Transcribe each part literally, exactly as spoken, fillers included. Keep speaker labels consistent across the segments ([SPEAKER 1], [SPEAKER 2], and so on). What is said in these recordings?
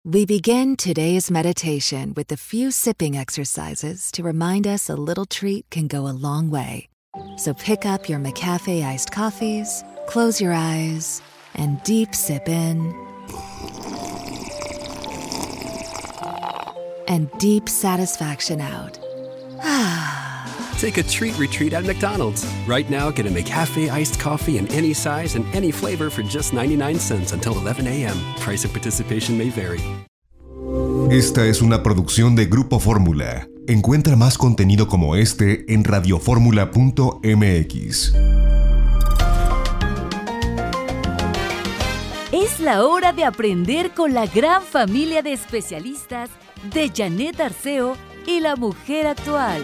[SPEAKER 1] We begin today's meditation with a few sipping exercises to remind us a little treat can go a long way. So pick up your McCafe iced coffees, close your eyes, and deep sip in. And deep satisfaction out.
[SPEAKER 2] Take a treat retreat at McDonald's. Right now, get a McCafe iced coffee in any size and any flavor for just ninety-nine cents until eleven a.m. Price of participation may vary.
[SPEAKER 3] Esta es una producción de Grupo Fórmula. Encuentra más contenido como este en radioformula punto m x.
[SPEAKER 4] Es la hora de aprender con la gran familia de especialistas de Janet Arceo y la mujer actual.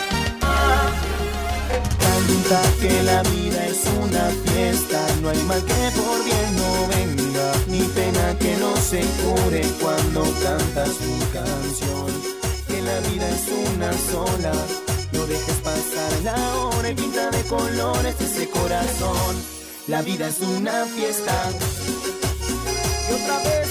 [SPEAKER 5] Canta que la vida es una fiesta, no hay mal que por bien no venga, ni pena que no se cure cuando cantas tu canción. Que la vida es una sola, no dejes pasar la hora y pinta de colores ese corazón. La vida es una fiesta. Y otra vez.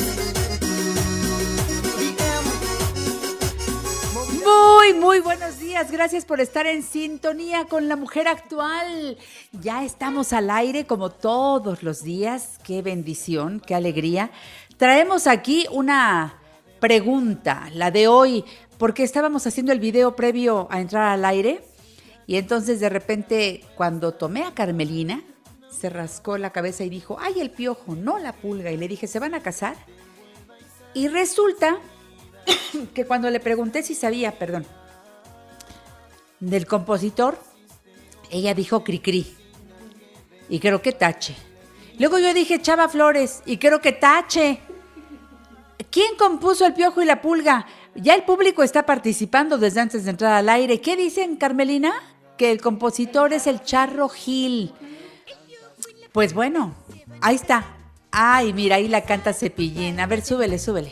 [SPEAKER 6] Muy, muy buenos días. Gracias por estar en sintonía con la mujer actual. Ya estamos al aire como todos los días. Qué bendición, qué alegría. Traemos aquí una pregunta, la de hoy, porque estábamos haciendo el video previo a entrar al aire y entonces de repente cuando tomé a Carmelina se rascó la cabeza y dijo, ay, el piojo, no la pulga. Y le dije, ¿se van a casar? Y resulta que cuando le pregunté si sabía, perdón, del compositor, ella dijo Cricri, y creo que tache. Luego yo dije Chava Flores, y creo que tache. ¿Quién compuso El Piojo y la Pulga? Ya el público está participando desde antes de entrar al aire. ¿Qué dicen, Carmelina? Que el compositor es el Charro Gil. Pues bueno, ahí está. Ay, mira, ahí la canta Cepillín. A ver, súbele, súbele.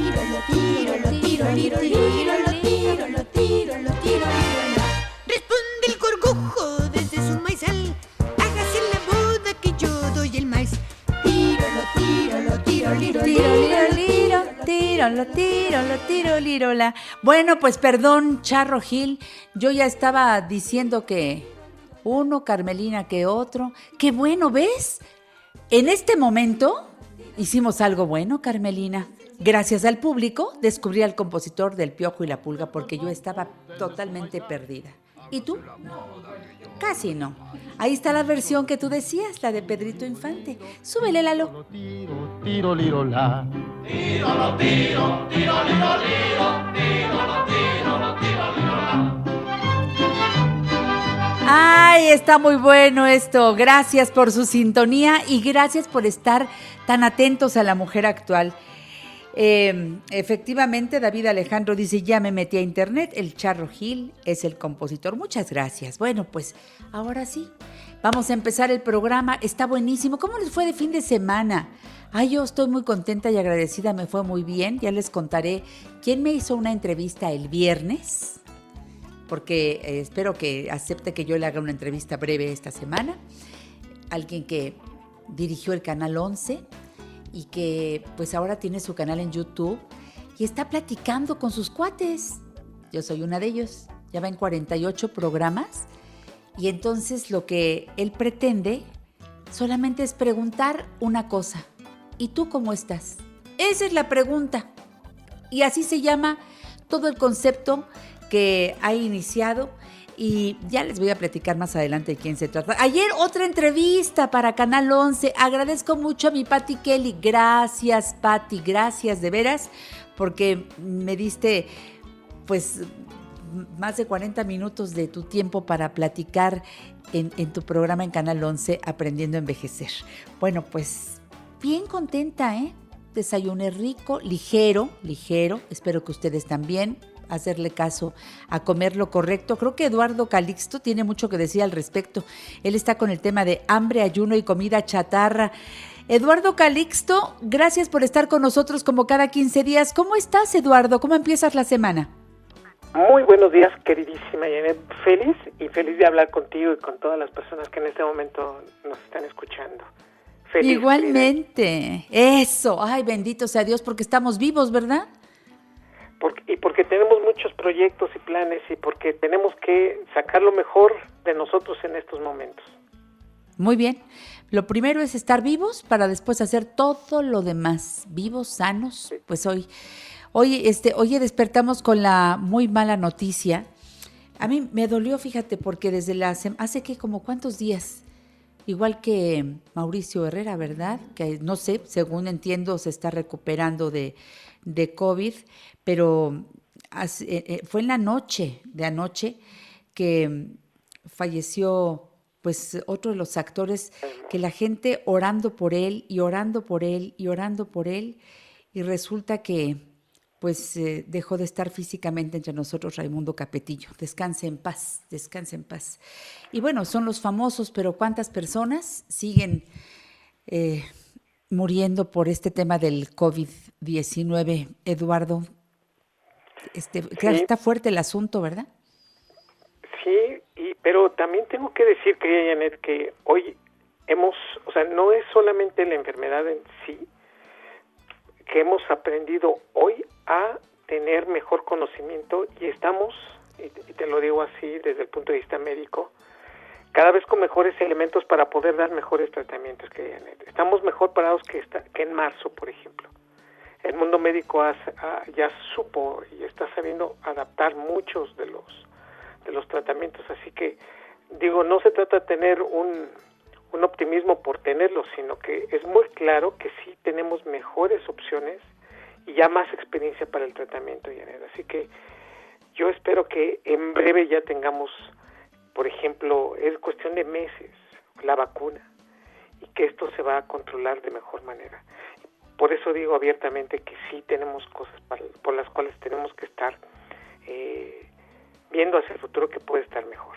[SPEAKER 7] Responde el gorgojo desde su maizal. Hágase la boda que yo doy el maíz. Tírolo, tírolo, tiro, liro,
[SPEAKER 6] Tiro, liro, liro, tírolo, tírolo, tiro, lirola. Bueno, pues perdón, Charro Gil. Yo ya estaba diciendo que uno, Carmelina, que otro. Qué bueno, ¿ves? En este momento hicimos algo bueno, Carmelina. Gracias al público descubrí al compositor del Piojo y la Pulga porque yo estaba totalmente perdida. ¿Y tú? Casi no. Ahí está la versión que tú decías, la de Pedrito Infante. Súbele, Lalo.
[SPEAKER 5] Tiro, tiro, liro, la.
[SPEAKER 8] Tiro, tiro, tiro, liro, liro, tiro, tiro, tiro, liro, la.
[SPEAKER 6] Ay, está muy bueno esto. Gracias por su sintonía y gracias por estar tan atentos a la mujer actual. Eh, efectivamente, David Alejandro dice, ya me metí a internet, el Charro Gil es el compositor. Muchas gracias. Bueno, pues ahora sí, vamos a empezar el programa. Está buenísimo. ¿Cómo les fue de fin de semana? Ay, yo estoy muy contenta y agradecida, me fue muy bien. Ya les contaré quién me hizo una entrevista el viernes, porque eh, espero que acepte que yo le haga una entrevista breve esta semana. Alguien que dirigió el Canal once y que pues ahora tiene su canal en YouTube y está platicando con sus cuates. Yo soy una de ellos. Ya va en cuarenta y ocho programas y entonces lo que él pretende solamente es preguntar una cosa. ¿Y tú cómo estás? Esa es la pregunta. Y así se llama todo el concepto que ha iniciado y ya les voy a platicar más adelante de quién se trata. Ayer otra entrevista para Canal once. Agradezco mucho a mi Pati Kelly. Gracias, Pati, gracias de veras, porque me diste pues más de cuarenta minutos de tu tiempo para platicar en, en tu programa en Canal once, Aprendiendo a Envejecer. Bueno, pues bien contenta, ¿eh? Desayuné rico, ligero, ligero. Espero que ustedes también. Hacerle caso a comer lo correcto. Creo que Eduardo Calixto tiene mucho que decir al respecto. Él está con el tema de hambre, ayuno y comida chatarra. Eduardo Calixto, gracias por estar con nosotros como cada quince días. ¿Cómo estás, Eduardo? ¿Cómo empiezas la semana?
[SPEAKER 9] Muy buenos días, queridísima Janet. Feliz y feliz de hablar contigo y con todas las personas que en este momento nos están escuchando. Feliz,
[SPEAKER 6] Igualmente. Frida. Eso. Ay, bendito sea Dios, porque estamos vivos, ¿verdad?
[SPEAKER 9] Porque, y porque tenemos muchos proyectos y planes y porque tenemos que sacar lo mejor de nosotros en estos momentos.
[SPEAKER 6] Muy bien. Lo primero es estar vivos para después hacer todo lo demás. Vivos, sanos. Sí. Pues hoy, hoy, este, hoy despertamos con la muy mala noticia. A mí me dolió, fíjate, porque desde la hace que como cuántos días, igual que Mauricio Herrera, ¿verdad? Que no sé, según entiendo, se está recuperando de, de COVID, pero hace, eh, fue en la noche de anoche que falleció pues otro de los actores, que la gente orando por él y orando por él y orando por él, y resulta que pues eh, dejó de estar físicamente entre nosotros Raimundo Capetillo. Descanse en paz, descanse en paz. Y bueno, son los famosos, pero ¿cuántas personas siguen eh, muriendo por este tema del COVID diecinueve, Eduardo? Este, sí. Claro, está fuerte el asunto, ¿verdad?
[SPEAKER 9] Sí, y, pero también tengo que decir, querida Janet, que hoy hemos, o sea, no es solamente la enfermedad en sí, que hemos aprendido hoy a tener mejor conocimiento y estamos, y te lo digo así desde el punto de vista médico, cada vez con mejores elementos para poder dar mejores tratamientos, querida Janet. Estamos mejor parados que, esta, que en marzo, por ejemplo. El mundo médico ha, ha, ya supo y está sabiendo adaptar muchos de los de los tratamientos, así que digo, no se trata de tener un, un optimismo por tenerlo, sino que es muy claro que sí tenemos mejores opciones y ya más experiencia para el tratamiento, Janet. Así que yo espero que en breve ya tengamos, por ejemplo, es cuestión de meses, la vacuna, y que esto se va a controlar de mejor manera. Por eso digo abiertamente que sí tenemos cosas para, por las cuales tenemos que estar eh, viendo hacia el futuro que puede estar mejor.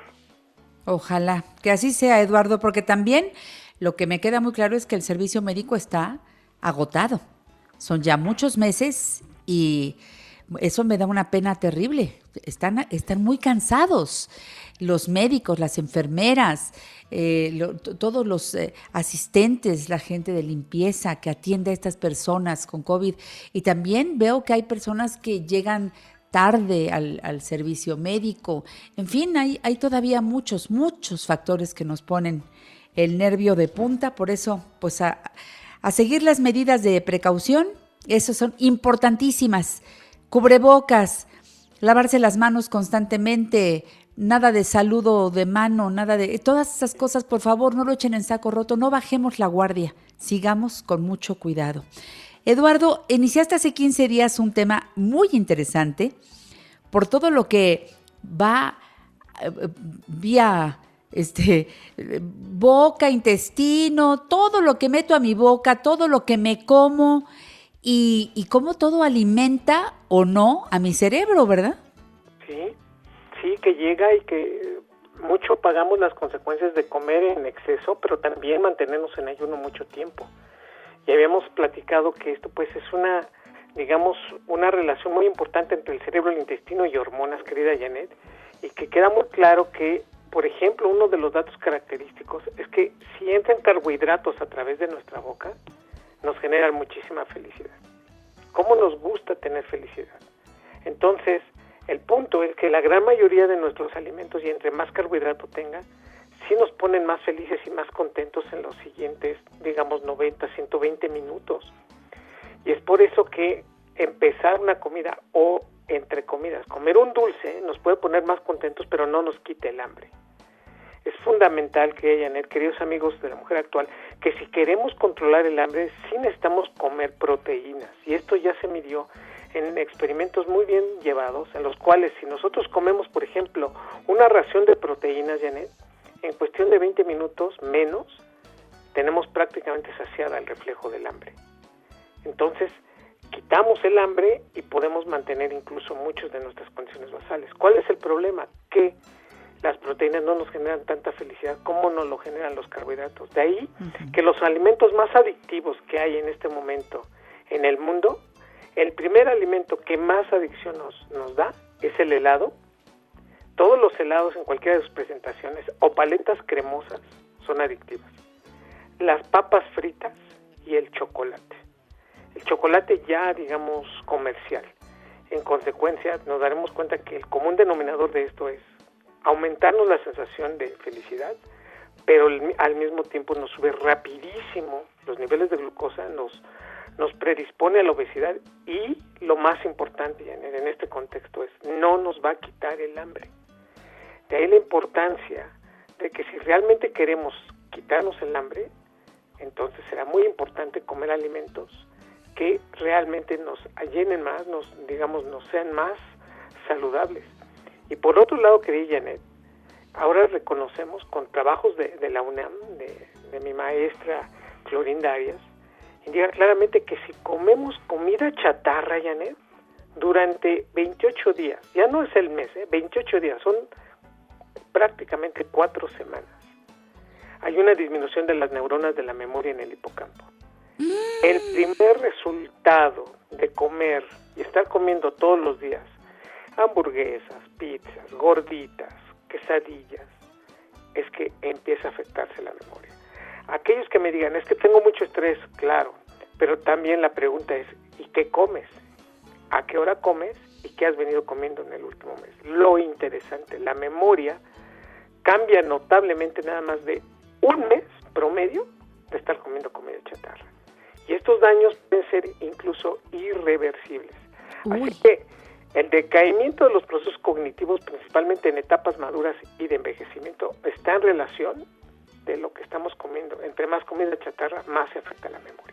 [SPEAKER 6] Ojalá, que así sea, Eduardo, porque también lo que me queda muy claro es que el servicio médico está agotado. Son ya muchos meses y eso me da una pena terrible. Están, están muy cansados los médicos, las enfermeras, eh, lo, t- todos los eh, asistentes, la gente de limpieza que atiende a estas personas con COVID. Y también veo que hay personas que llegan tarde al, al servicio médico. En fin, hay, hay todavía muchos, muchos factores que nos ponen el nervio de punta. Por eso, pues a, a seguir las medidas de precaución, esas son importantísimas. Cubrebocas, lavarse las manos constantemente, nada de saludo de mano, nada de... Todas esas cosas, por favor, no lo echen en saco roto, no bajemos la guardia, sigamos con mucho cuidado. Eduardo, iniciaste hace quince días un tema muy interesante por todo lo que va eh, vía este, boca, intestino, todo lo que meto a mi boca, todo lo que me como y, y cómo todo alimenta o no a mi cerebro, ¿verdad?
[SPEAKER 9] Sí, sí, que llega y que mucho pagamos las consecuencias de comer en exceso, pero también mantenernos en ayuno mucho tiempo. Y habíamos platicado que esto pues es una, digamos, una relación muy importante entre el cerebro, el intestino y hormonas, querida Janet, y que queda muy claro que, por ejemplo, uno de los datos característicos es que si entran carbohidratos a través de nuestra boca, nos generan muchísima felicidad. ¿Cómo nos gusta tener felicidad? Entonces, el punto es que la gran mayoría de nuestros alimentos, y entre más carbohidrato tenga, sí nos ponen más felices y más contentos en los siguientes, digamos, noventa, ciento veinte minutos. Y es por eso que empezar una comida o entre comidas, comer un dulce nos puede poner más contentos, pero no nos quita el hambre. Es fundamental, querida Janet, queridos amigos de La Mujer Actual, que si queremos controlar el hambre, sí necesitamos comer proteínas. Y esto ya se midió en experimentos muy bien llevados, en los cuales si nosotros comemos, por ejemplo, una ración de proteínas, Janet, en cuestión de veinte minutos menos, tenemos prácticamente saciada el reflejo del hambre. Entonces, quitamos el hambre y podemos mantener incluso muchas de nuestras condiciones basales. ¿Cuál es el problema? Que las proteínas no nos generan tanta felicidad como nos lo generan los carbohidratos. De ahí uh-huh. que los alimentos más adictivos que hay en este momento en el mundo, el primer alimento que más adicción nos, nos da es el helado. Todos los helados en cualquiera de sus presentaciones o paletas cremosas son adictivas. las papas fritas y el chocolate. El chocolate ya, digamos, comercial. En consecuencia, nos daremos cuenta que el común denominador de esto es aumentarnos la sensación de felicidad, pero al mismo tiempo nos sube rapidísimo los niveles de glucosa, nos, nos predispone a la obesidad y lo más importante en este contexto es no nos va a quitar el hambre. De ahí la importancia de que si realmente queremos quitarnos el hambre, entonces será muy importante comer alimentos que realmente nos llenen más, nos digamos, nos sean más saludables. Y por otro lado, querida Janet, ahora reconocemos con trabajos de, de la UNAM, de, de mi maestra Clorinda Arias, indica claramente que si comemos comida chatarra, Janet, durante veintiocho días, ya no es el mes, ¿eh? veintiocho días, son prácticamente cuatro semanas, hay una disminución de las neuronas de la memoria en el hipocampo. Mm. El primer resultado de comer y estar comiendo todos los días hamburguesas, pizzas, gorditas, quesadillas, es que empieza a afectarse la memoria. Aquellos que me digan, es que tengo mucho estrés, claro, pero también la pregunta es, ¿y qué comes? ¿A qué hora comes? ¿Y qué has venido comiendo en el último mes? Lo interesante, la memoria cambia notablemente nada más de un mes promedio de estar comiendo comida chatarra. Y estos daños pueden ser incluso irreversibles. Uy. Así que el decaimiento de los procesos cognitivos, principalmente en etapas maduras y de envejecimiento, está en relación de lo que estamos comiendo. Entre más comida chatarra, más se afecta la memoria.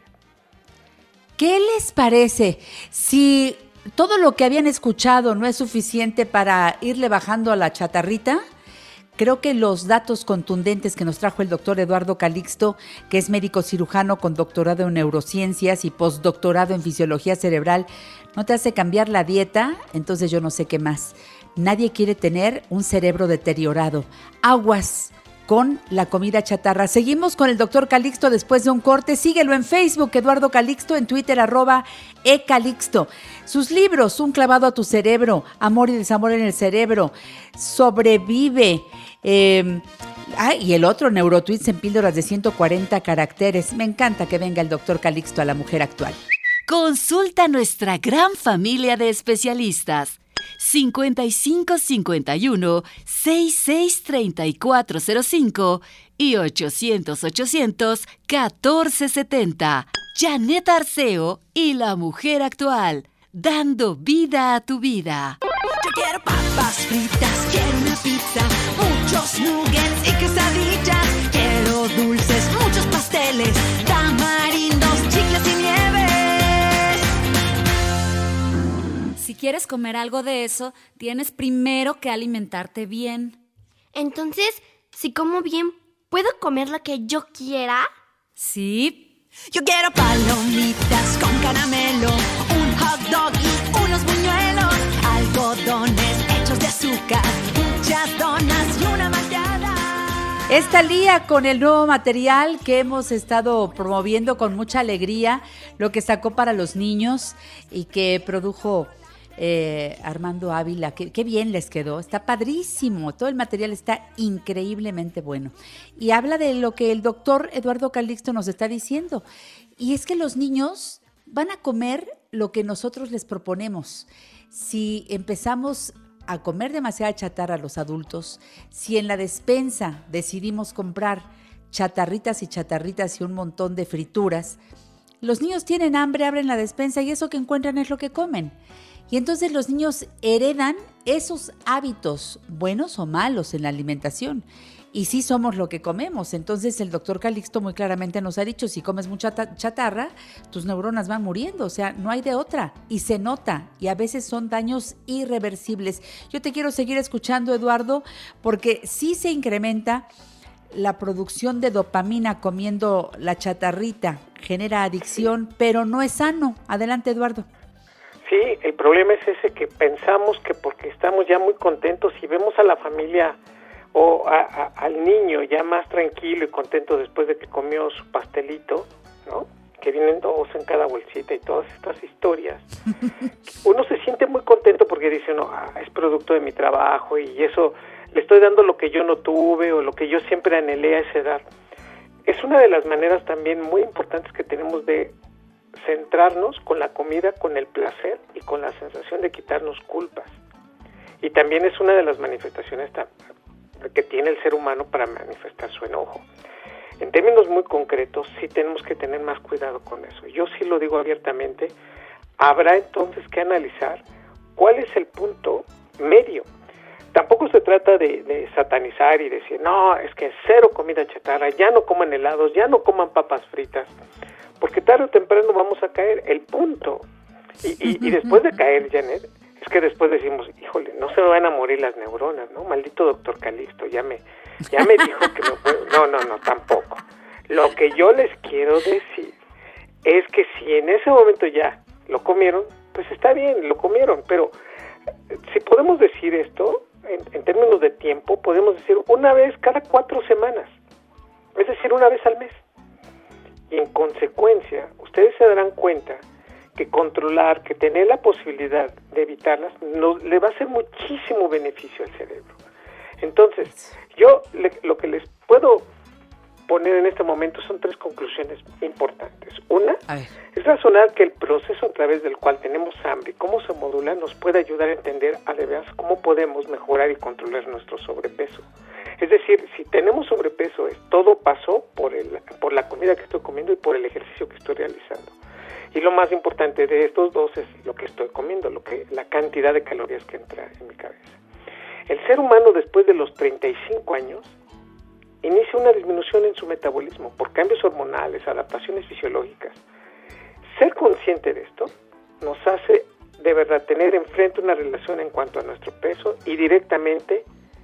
[SPEAKER 6] ¿Qué les parece si todo lo que habían escuchado no es suficiente para irle bajando a la chatarrita? Creo que los datos contundentes que nos trajo el doctor Eduardo Calixto, que es médico cirujano con doctorado en neurociencias y postdoctorado en fisiología cerebral, no te hace cambiar la dieta, entonces yo no sé qué más. Nadie quiere tener un cerebro deteriorado. Aguas con la comida chatarra. Seguimos con el doctor Calixto después de un corte. Síguelo en Facebook, Eduardo Calixto, en Twitter, arroba ecalixto. Sus libros, Un clavado a tu cerebro, Amor y desamor en el cerebro, Sobrevive, eh, ah, y el otro, Neurotweets en píldoras de ciento cuarenta caracteres. Me encanta que venga el doctor Calixto a La Mujer Actual.
[SPEAKER 4] Consulta a nuestra gran familia de especialistas. cincuenta y cinco cincuenta y uno, sesenta y seis treinta y cuatro cero cinco y ochocientos ochocientos catorce setenta. Janet Arceo y La Mujer Actual, dando vida a tu vida.
[SPEAKER 7] Yo quiero papas fritas, quiero una pizza, muchos nuggets y quesadillas. Quiero dulces, muchos pasteles, tamarindos, chicles y nieves.
[SPEAKER 10] Si quieres comer algo de eso, tienes primero que alimentarte bien.
[SPEAKER 11] Entonces, si como bien, ¿puedo comer lo que yo quiera?
[SPEAKER 10] Sí.
[SPEAKER 7] Yo quiero palomitas con caramelo, un hot dog y unos buñuelos, algodones hechos de azúcar, muchas donas y una malteada.
[SPEAKER 6] Es Thalía con el nuevo material que hemos estado promoviendo con mucha alegría, lo que sacó para los niños y que produjo eh, Armando Ávila. Qué, qué bien les quedó, está padrísimo, todo el material está increíblemente bueno. Y habla de lo que el doctor Eduardo Calixto nos está diciendo, y es que los niños van a comer lo que nosotros les proponemos. Si empezamos a comer demasiada chatarra a los adultos, si en la despensa decidimos comprar chatarritas y chatarritas y un montón de frituras, los niños tienen hambre, abren la despensa y eso que encuentran es lo que comen. Y entonces los niños heredan esos hábitos, buenos o malos, en la alimentación. Y sí somos lo que comemos. Entonces el doctor Calixto muy claramente nos ha dicho, si comes mucha chatarra, tus neuronas van muriendo, o sea, no hay de otra. Y se nota, y a veces son daños irreversibles. Yo te quiero seguir escuchando, Eduardo, porque sí se incrementa la producción de dopamina comiendo la chatarrita, genera adicción, pero no es sano. Adelante, Eduardo.
[SPEAKER 9] Sí, el problema es ese, que pensamos que porque estamos ya muy contentos y vemos a la familia o a, a, al niño ya más tranquilo y contento después de que comió su pastelito, ¿no? Que vienen dos en cada bolsita y todas estas historias. Uno se siente muy contento porque dice, no, ah, es producto de mi trabajo y eso, le estoy dando lo que yo no tuve o lo que yo siempre anhelé a esa edad. es una de las maneras también muy importantes que tenemos de centrarnos con la comida, con el placer y con la sensación de quitarnos culpas. Y también es una de las manifestaciones que tiene el ser humano para manifestar su enojo. En términos muy concretos, sí tenemos que tener más cuidado con eso. Yo sí lo digo abiertamente, habrá entonces que analizar cuál es el punto medio. Tampoco se trata de, de satanizar y decir, no, es que cero comida chatarra, ya no coman helados, ya no coman papas fritas, porque tarde o temprano vamos a caer. El punto, y, y, y después de caer, Janet, es que después decimos, híjole, no se me van a morir las neuronas, ¿no? Maldito doctor Calixto, ya me, ya me dijo que me puedo... No, no, no, tampoco. Lo que yo les quiero decir es que si en ese momento ya lo comieron, pues está bien, lo comieron, pero si podemos decir esto, en, en términos de tiempo, podemos decir una vez cada cuatro semanas, es decir, una vez al mes. Y en consecuencia, ustedes se darán cuenta que controlar, que tener la posibilidad de evitarlas, nos, le va a hacer muchísimo beneficio al cerebro. Entonces, yo le, lo que les puedo poner en este momento son tres conclusiones importantes. Una, es razonar que el proceso a través del cual tenemos hambre, cómo se modula, nos puede ayudar a entender a de veras cómo podemos mejorar y controlar nuestro sobrepeso. Es decir, si tenemos sobrepeso, es todo pasó por, el, por la comida que estoy comiendo y por el ejercicio que estoy realizando. Y lo más importante de estos dos es lo que estoy comiendo, lo que la cantidad de calorías que entra en mi cabeza. El ser humano después de los treinta y cinco años inicia una disminución en su metabolismo por cambios hormonales, adaptaciones fisiológicas. Ser consciente de esto nos hace de verdad tener enfrente una relación en cuanto a nuestro peso y directamente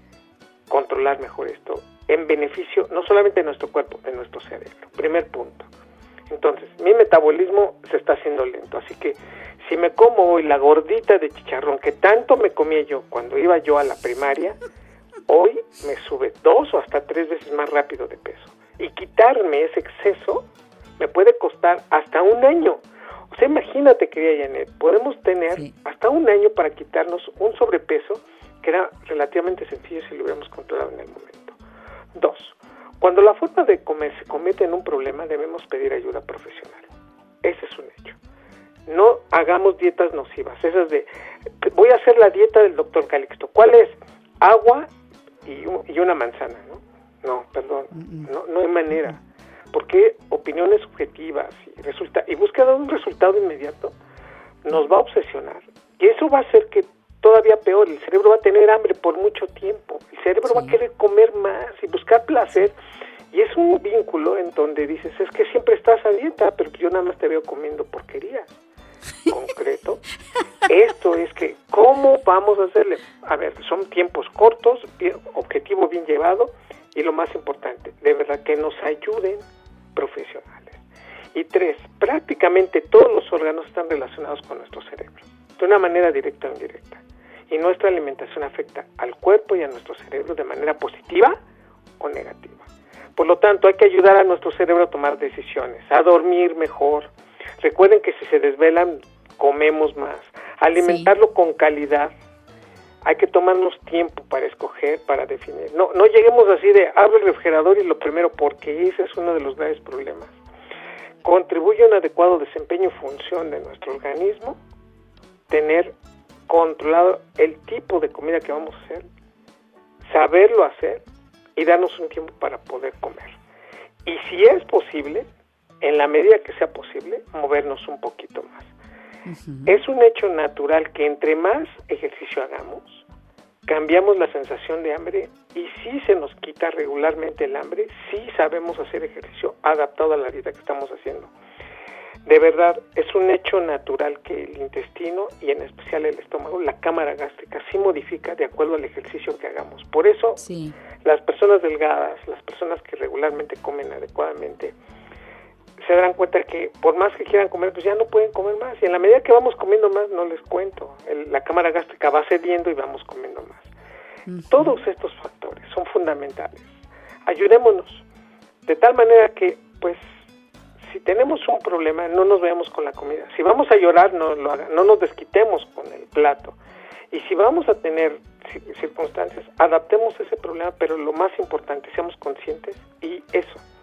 [SPEAKER 9] controlar mejor esto en beneficio no solamente de nuestro cuerpo, de nuestro cerebro. Primer punto. Entonces, mi metabolismo se está haciendo lento, así que si me como hoy la gordita de chicharrón que tanto me comía yo cuando iba yo a la primaria, hoy me sube dos o hasta tres veces más rápido de peso. Y quitarme ese exceso me puede costar hasta un año. O sea, imagínate, querida Janet, podemos tener sí. hasta un año para quitarnos un sobrepeso que era relativamente sencillo si lo hubiéramos controlado en el momento. Dos, cuando la forma de comer se convierte en un problema, debemos pedir ayuda profesional. Ese es un hecho. No hagamos dietas nocivas, esas de, voy a hacer la dieta del doctor Calixto. ¿Cuál es? Agua y, un, y una manzana, ¿no? No, perdón, no, no hay manera. Porque opiniones subjetivas y, resulta, y búsqueda de un resultado inmediato nos va a obsesionar. Y eso va a hacer que todavía peor, el cerebro va a tener hambre por mucho tiempo. El cerebro sí. va a querer comer más y buscar placer. Y es un vínculo en donde dices, es que siempre estás a dieta, pero yo nada más te veo comiendo porquerías. Concreto. Esto es que, ¿cómo vamos a hacerle? A ver, son tiempos cortos, objetivo bien llevado, y lo más importante, de verdad, que nos ayuden profesionales. Y tres, prácticamente todos los órganos están relacionados con nuestro cerebro, de una manera directa o indirecta. Y nuestra alimentación afecta al cuerpo y a nuestro cerebro de manera positiva o negativa. Por lo tanto, hay que ayudar a nuestro cerebro a tomar decisiones, a dormir mejor. Recuerden que si se desvelan, comemos más. Alimentarlo sí. con calidad. Hay que tomarnos tiempo para escoger, para definir. No, no lleguemos así de, abro el refrigerador y lo primero, porque ese es uno de los graves problemas. Contribuye a un adecuado desempeño y función de nuestro organismo, tener controlado el tipo de comida que vamos a hacer, saberlo hacer y darnos un tiempo para poder comer. Y si es posible, en la medida que sea posible, movernos un poquito más. Uh-huh. Es un hecho natural que entre más ejercicio hagamos, cambiamos la sensación de hambre y si se nos quita regularmente el hambre, sí sabemos hacer ejercicio adaptado a la dieta que estamos haciendo. De verdad, es un hecho natural que el intestino y en especial el estómago, la cámara gástrica, sí modifica de acuerdo al ejercicio que hagamos. Por eso, sí. las personas delgadas, las personas que regularmente comen adecuadamente, se darán cuenta que por más que quieran comer, pues ya no pueden comer más. Y en la medida que vamos comiendo más, no les cuento, el, la cámara gástrica va cediendo y vamos comiendo más. Uh-huh. Todos estos factores son fundamentales. Ayudémonos de tal manera que, pues, si tenemos un problema, no nos veamos con la comida. Si vamos a llorar, no lo hagan, no nos desquitemos con el plato. Y si vamos a tener circunstancias, adaptemos ese problema, pero lo más importante, seamos conscientes y eso,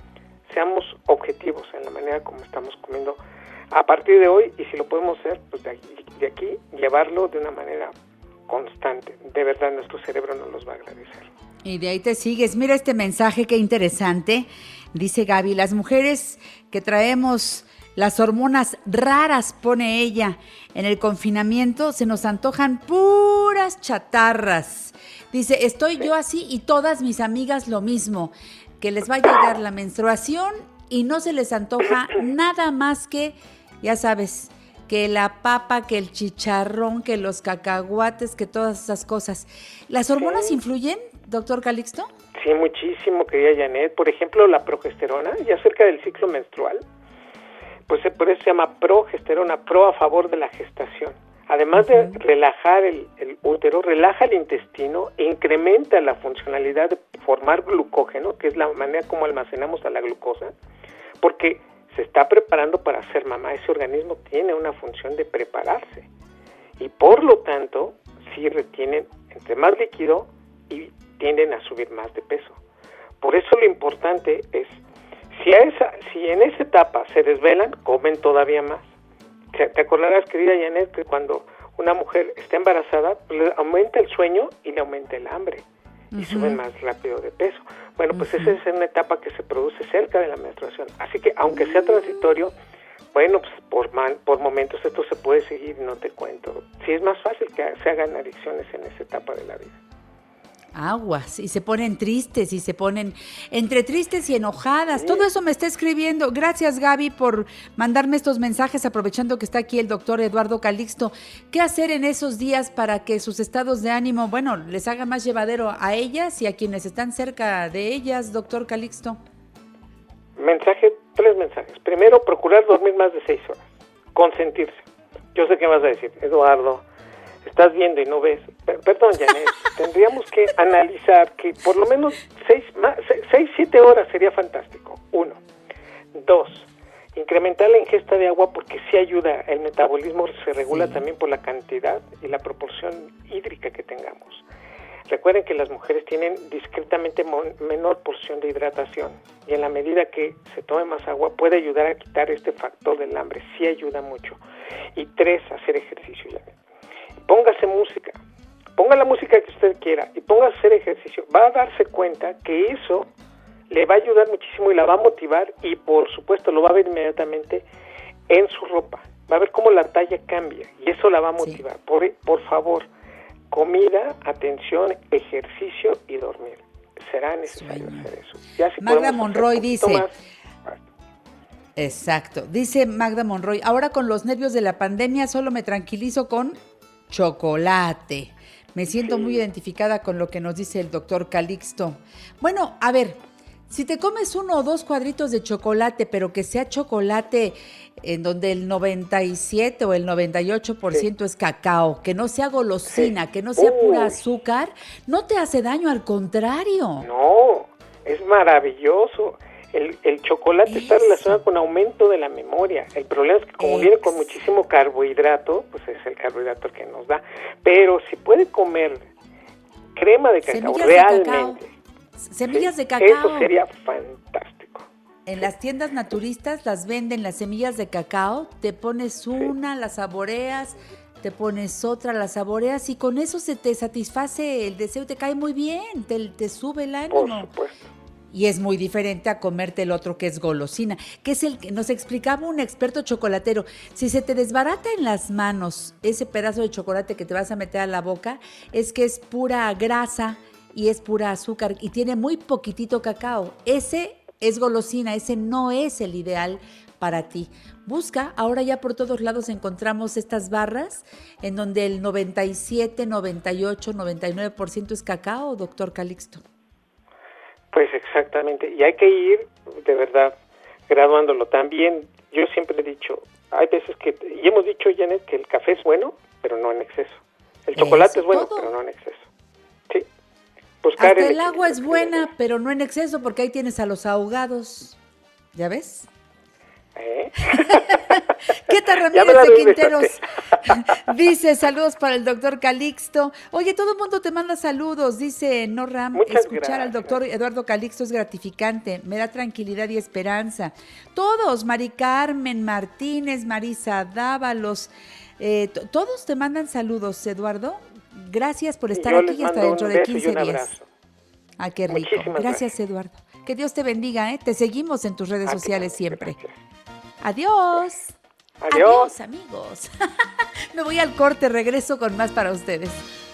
[SPEAKER 9] seamos objetivos en la manera como estamos comiendo a partir de hoy, y si lo podemos hacer, pues de aquí, de aquí llevarlo de una manera constante. De verdad, nuestro cerebro nos los va a agradecer.
[SPEAKER 6] Y de ahí te sigues. Mira este mensaje, qué interesante. Dice Gaby, las mujeres que traemos las hormonas raras, pone ella, en el confinamiento se nos antojan puras chatarras. Dice, estoy yo así y todas mis amigas lo mismo, que les va a llegar la menstruación y no se les antoja nada más que, ya sabes, que la papa, que el chicharrón, que los cacahuates, que todas esas cosas. ¿Las hormonas sí influyen, doctor Calixto?
[SPEAKER 9] Sí, muchísimo, querida Janet. Por ejemplo, la progesterona, ya cerca del ciclo menstrual, pues por eso se llama progesterona, pro a favor de la gestación. Además de uh-huh. relajar el, el útero, relaja el intestino, incrementa la funcionalidad de formar glucógeno, que es la manera como almacenamos a la glucosa, porque se está preparando para ser mamá. Ese organismo tiene una función de prepararse y por lo tanto sí retienen entre más líquido y tienden a subir más de peso. Por eso lo importante es, si, a esa, si en esa etapa se desvelan, comen todavía más. Te acordarás, querida Janet, que cuando una mujer está embarazada, pues le aumenta el sueño y le aumenta el hambre y uh-huh. suben más rápido de peso. Bueno, pues uh-huh. esa es una etapa que se produce cerca de la menstruación. Así que aunque sea transitorio, bueno, pues por, man, por momentos esto se puede seguir, no te cuento. Sí es más fácil que se hagan adicciones en esa etapa de la vida.
[SPEAKER 6] Aguas, y se ponen tristes, y se ponen entre tristes y enojadas. Sí. Todo eso me está escribiendo. Gracias, Gaby, por mandarme estos mensajes, aprovechando que está aquí el doctor Eduardo Calixto. ¿Qué hacer en esos días para que sus estados de ánimo, bueno, les haga más llevadero a ellas y a quienes están cerca de ellas, doctor Calixto?
[SPEAKER 9] Mensaje, tres mensajes. Primero, procurar dormir más de seis horas. Consentirse. Yo sé qué vas a decir, Eduardo. Estás viendo y no ves. Perdón, Janet, tendríamos que analizar que por lo menos seis, más, seis, siete horas sería fantástico. Uno. Dos, incrementar la ingesta de agua porque sí ayuda. El metabolismo se regula sí. también por la cantidad y la proporción hídrica que tengamos. Recuerden que las mujeres tienen discretamente mon- menor porción de hidratación y en la medida que se tome más agua puede ayudar a quitar este factor del hambre. Sí ayuda mucho. Y tres, hacer ejercicio, Janet. Póngase música, ponga la música que usted quiera y póngase a hacer ejercicio. Va a darse cuenta que eso le va a ayudar muchísimo y la va a motivar y por supuesto lo va a ver inmediatamente en su ropa. Va a ver cómo la talla cambia y eso la va a motivar. Sí. Por, por favor, comida, atención, ejercicio y dormir. Será necesario Sueño. hacer eso. Ya si
[SPEAKER 6] Magda Monroy dice...
[SPEAKER 9] Más,
[SPEAKER 6] exacto, dice Magda Monroy, ahora con los nervios de la pandemia solo me tranquilizo con... chocolate. Me siento sí. muy identificada con lo que nos dice el doctor Calixto. Bueno, a ver, si te comes uno o dos cuadritos de chocolate, pero que sea chocolate en donde el noventa y siete o el noventa y ocho por ciento sí. es cacao, que no sea golosina, sí. que no sea Uy. pura azúcar, no te hace daño, al contrario.
[SPEAKER 9] No, es maravilloso. El, el chocolate Eso. está relacionado con aumento de la memoria. El problema es que como Eso. viene con muchísimo carbohidrato, pues es el carbohidrato el que nos da. Pero si puede comer crema de cacao, Semillas realmente. De cacao.
[SPEAKER 6] Semillas
[SPEAKER 9] sí,
[SPEAKER 6] de cacao.
[SPEAKER 9] Eso sería fantástico.
[SPEAKER 6] En las tiendas naturistas las venden las semillas de cacao. Te pones una, sí. la saboreas, te pones otra, la saboreas y con eso se te satisface el deseo, te cae muy bien, te, te sube el ánimo.
[SPEAKER 9] Por supuesto.
[SPEAKER 6] Y es muy diferente a comerte el otro que es golosina, que es el que nos explicaba un experto chocolatero. Si se te desbarata en las manos ese pedazo de chocolate que te vas a meter a la boca, es que es pura grasa y es pura azúcar y tiene muy poquitito cacao. Ese es golosina, ese no es el ideal para ti. Busca, ahora ya por todos lados encontramos estas barras en donde el noventa y siete, noventa y ocho, noventa y nueve por ciento es cacao, doctor Calixto.
[SPEAKER 9] Pues exactamente, y hay que ir, de verdad, graduándolo. También, yo siempre he dicho, hay veces que, y hemos dicho, Janet, que el café es bueno, pero no en exceso. El chocolate es, es bueno, todo. pero no en exceso. Sí. Buscar
[SPEAKER 6] Hasta
[SPEAKER 9] el,
[SPEAKER 6] el agua es buena, pero no en exceso, porque ahí tienes a los ahogados. ¿Ya ves?
[SPEAKER 9] ¿Eh?
[SPEAKER 6] ¿Qué te Ramírez de Quinteros? Dice, saludos para el doctor Calixto. Oye, todo el mundo te manda saludos, dice Norram.
[SPEAKER 9] Muchas
[SPEAKER 6] Escuchar
[SPEAKER 9] gracias.
[SPEAKER 6] al doctor Eduardo Calixto es gratificante, me da tranquilidad y esperanza. Todos, Mari Carmen Martínez, Marisa Dávalos, eh, t- todos te mandan saludos, Eduardo. Gracias por estar
[SPEAKER 9] Yo
[SPEAKER 6] aquí
[SPEAKER 9] les
[SPEAKER 6] y hasta
[SPEAKER 9] mando
[SPEAKER 6] dentro
[SPEAKER 9] un
[SPEAKER 6] de
[SPEAKER 9] beso y
[SPEAKER 6] quince
[SPEAKER 9] un
[SPEAKER 6] días.
[SPEAKER 9] abrazo.
[SPEAKER 6] Ah, qué rico.
[SPEAKER 9] Muchísimas
[SPEAKER 6] Gracias,
[SPEAKER 9] gracias.
[SPEAKER 6] Eduardo. Que Dios te bendiga, ¿eh? Te seguimos en tus redes
[SPEAKER 9] Ah,
[SPEAKER 6] sociales
[SPEAKER 9] qué
[SPEAKER 6] siempre.
[SPEAKER 9] gracias.
[SPEAKER 6] Adiós.
[SPEAKER 9] Adiós.
[SPEAKER 6] Amigos. Me voy al corte, regreso con más para ustedes.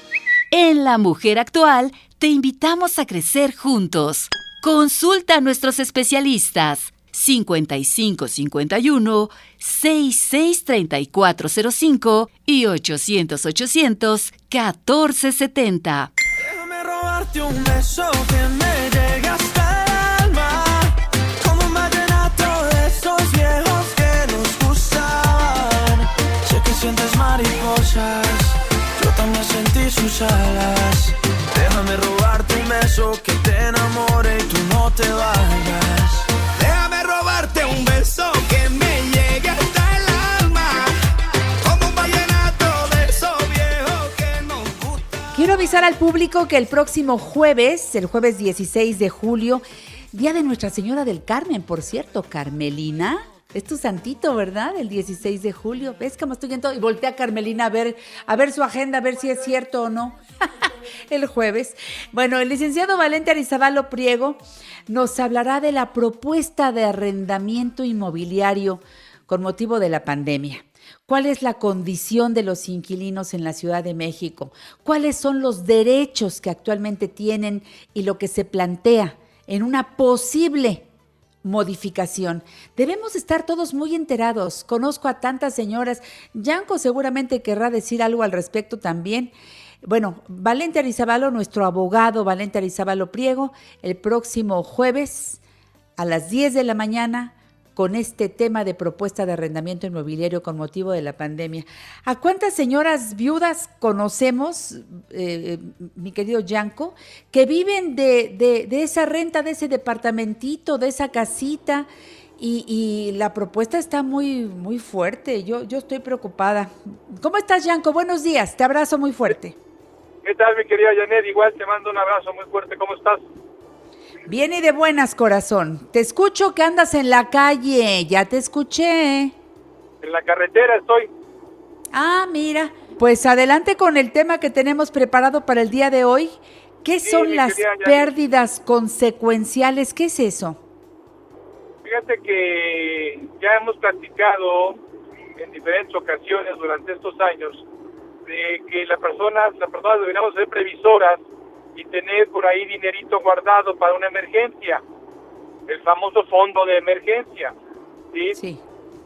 [SPEAKER 4] En La Mujer Actual te invitamos a crecer juntos. Consulta a nuestros especialistas cincuenta y cinco cincuenta y uno, sesenta y seis treinta y cuatro cero cinco y ochocientos ochocientos catorce setenta.
[SPEAKER 5] Déjame robarte un beso que me llegue hasta el alma, como un vallenato de esos viejos que nos gustaban. Sé que sientes mariposas, yo también sentí sus alas. Déjame robarte un beso que te enamore y tú no te vayas. Déjame robarte un beso que me llegue hasta el alma, como un vallenato de esos viejos que nos gustan.
[SPEAKER 6] Quiero avisar al público que el próximo jueves, el jueves dieciséis de julio, día de Nuestra Señora del Carmen, por cierto, Carmelina, es tu santito, ¿verdad? El dieciséis de julio. ¿Ves cómo estoy en todo? Y voltea a Carmelina a ver, a ver su agenda, a ver si es cierto o no. El jueves. Bueno, el licenciado Valente Arizabalo Priego nos hablará de la propuesta de arrendamiento inmobiliario con motivo de la pandemia. ¿Cuál es la condición de los inquilinos en la Ciudad de México? ¿Cuáles son los derechos que actualmente tienen y lo que se plantea en una posible modificación? Debemos estar todos muy enterados. Conozco a tantas señoras. Yanko seguramente querrá decir algo al respecto también. Bueno, Valente Arizabalo, nuestro abogado Valente Arizabalo Priego, el próximo jueves a las diez de la mañana con este tema de propuesta de arrendamiento inmobiliario con motivo de la pandemia. ¿A cuántas señoras viudas conocemos, eh, mi querido Yanko, que viven de, de, de esa renta, de ese departamentito, de esa casita? Y, y la propuesta está muy, muy fuerte. Yo, yo estoy preocupada. ¿Cómo estás, Yanko? Buenos días. Te abrazo muy fuerte.
[SPEAKER 12] ¿Qué tal, mi querida Janet? Igual te mando un abrazo muy fuerte. ¿Cómo estás?
[SPEAKER 6] Bien y de buenas, corazón. Te escucho que andas en la calle. Ya te escuché.
[SPEAKER 12] En la carretera estoy.
[SPEAKER 6] Ah, mira. Pues adelante con el tema que tenemos preparado para el día de hoy. ¿Qué
[SPEAKER 12] Sí,
[SPEAKER 6] son
[SPEAKER 12] mi
[SPEAKER 6] las
[SPEAKER 12] querida Janet.
[SPEAKER 6] pérdidas consecuenciales? ¿Qué es eso?
[SPEAKER 12] Fíjate que ya hemos platicado en diferentes ocasiones durante estos años de que las personas, las personas deberíamos ser previsoras y tener por ahí dinerito guardado para una emergencia, el famoso fondo de emergencia, ¿sí?
[SPEAKER 6] Sí.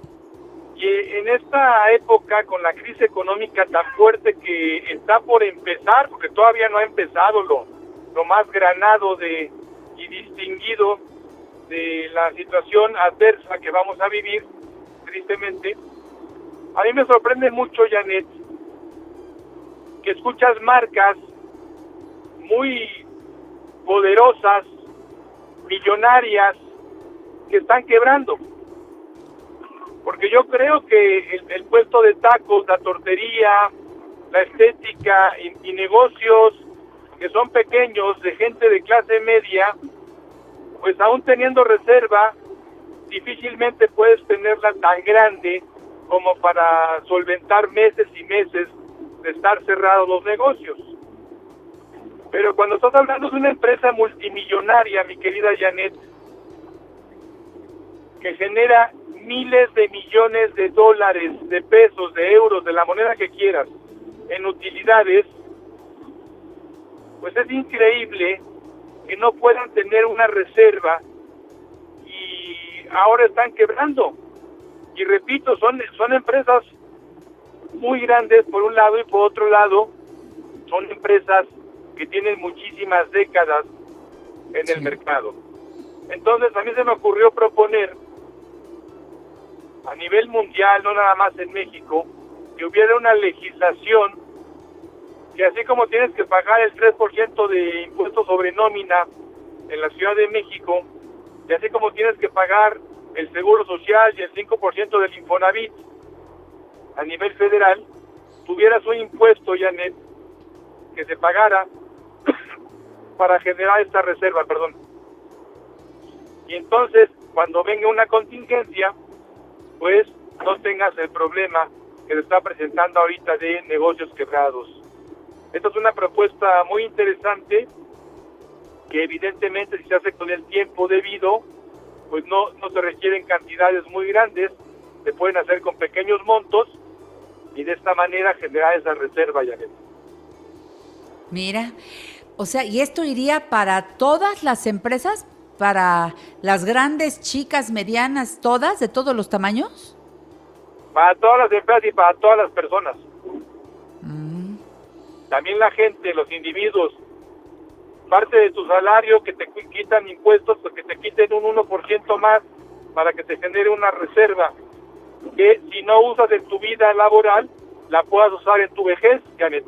[SPEAKER 12] Y en esta época, con la crisis económica tan fuerte que está por empezar, porque todavía no ha empezado lo, lo más granado de y distinguido de la situación adversa que vamos a vivir, tristemente, a mí me sorprende mucho, Janet, que escuchas marcas muy poderosas, millonarias, que están quebrando. Porque yo creo que el, el puesto de tacos, la tortería, la estética y, y negocios que son pequeños, de gente de clase media, pues aún teniendo reserva, difícilmente puedes tenerla tan grande como para solventar meses y meses de estar cerrados los negocios. Pero cuando estás hablando de una empresa multimillonaria, mi querida Janet, que genera miles de millones de dólares, de pesos, de euros, de la moneda que quieras, en utilidades, pues es increíble que no puedan tener una reserva y ahora están quebrando. Y repito, son, son empresas muy grandes por un lado y por otro lado son empresas que tienen muchísimas décadas en sí. el mercado. Entonces a mí se me ocurrió proponer a nivel mundial, no nada más en México, que hubiera una legislación que así como tienes que pagar el tres por ciento de impuestos sobre nómina en la Ciudad de México, y así como tienes que pagar el Seguro Social y el cinco por ciento del Infonavit a nivel federal, tuvieras un impuesto, Janet, que se pagara para generar esta reserva, perdón. Y entonces, cuando venga una contingencia, pues no tengas el problema que se está presentando ahorita de negocios quebrados. Esta es una propuesta muy interesante que evidentemente si se hace con el tiempo debido, pues no, no se requieren cantidades muy grandes, se pueden hacer con pequeños montos y de esta manera generar esa reserva, Janet.
[SPEAKER 6] Mira, o sea, ¿y esto iría para todas las empresas? ¿Para las grandes, chicas, medianas, todas, de todos los tamaños?
[SPEAKER 12] Para todas las empresas y para todas las personas. Mm. También la gente, los individuos, parte de tu salario que te quitan impuestos, pues que te quiten un uno por ciento más para que te genere una reserva que si no usas en tu vida laboral, la puedas usar en tu vejez, Janet.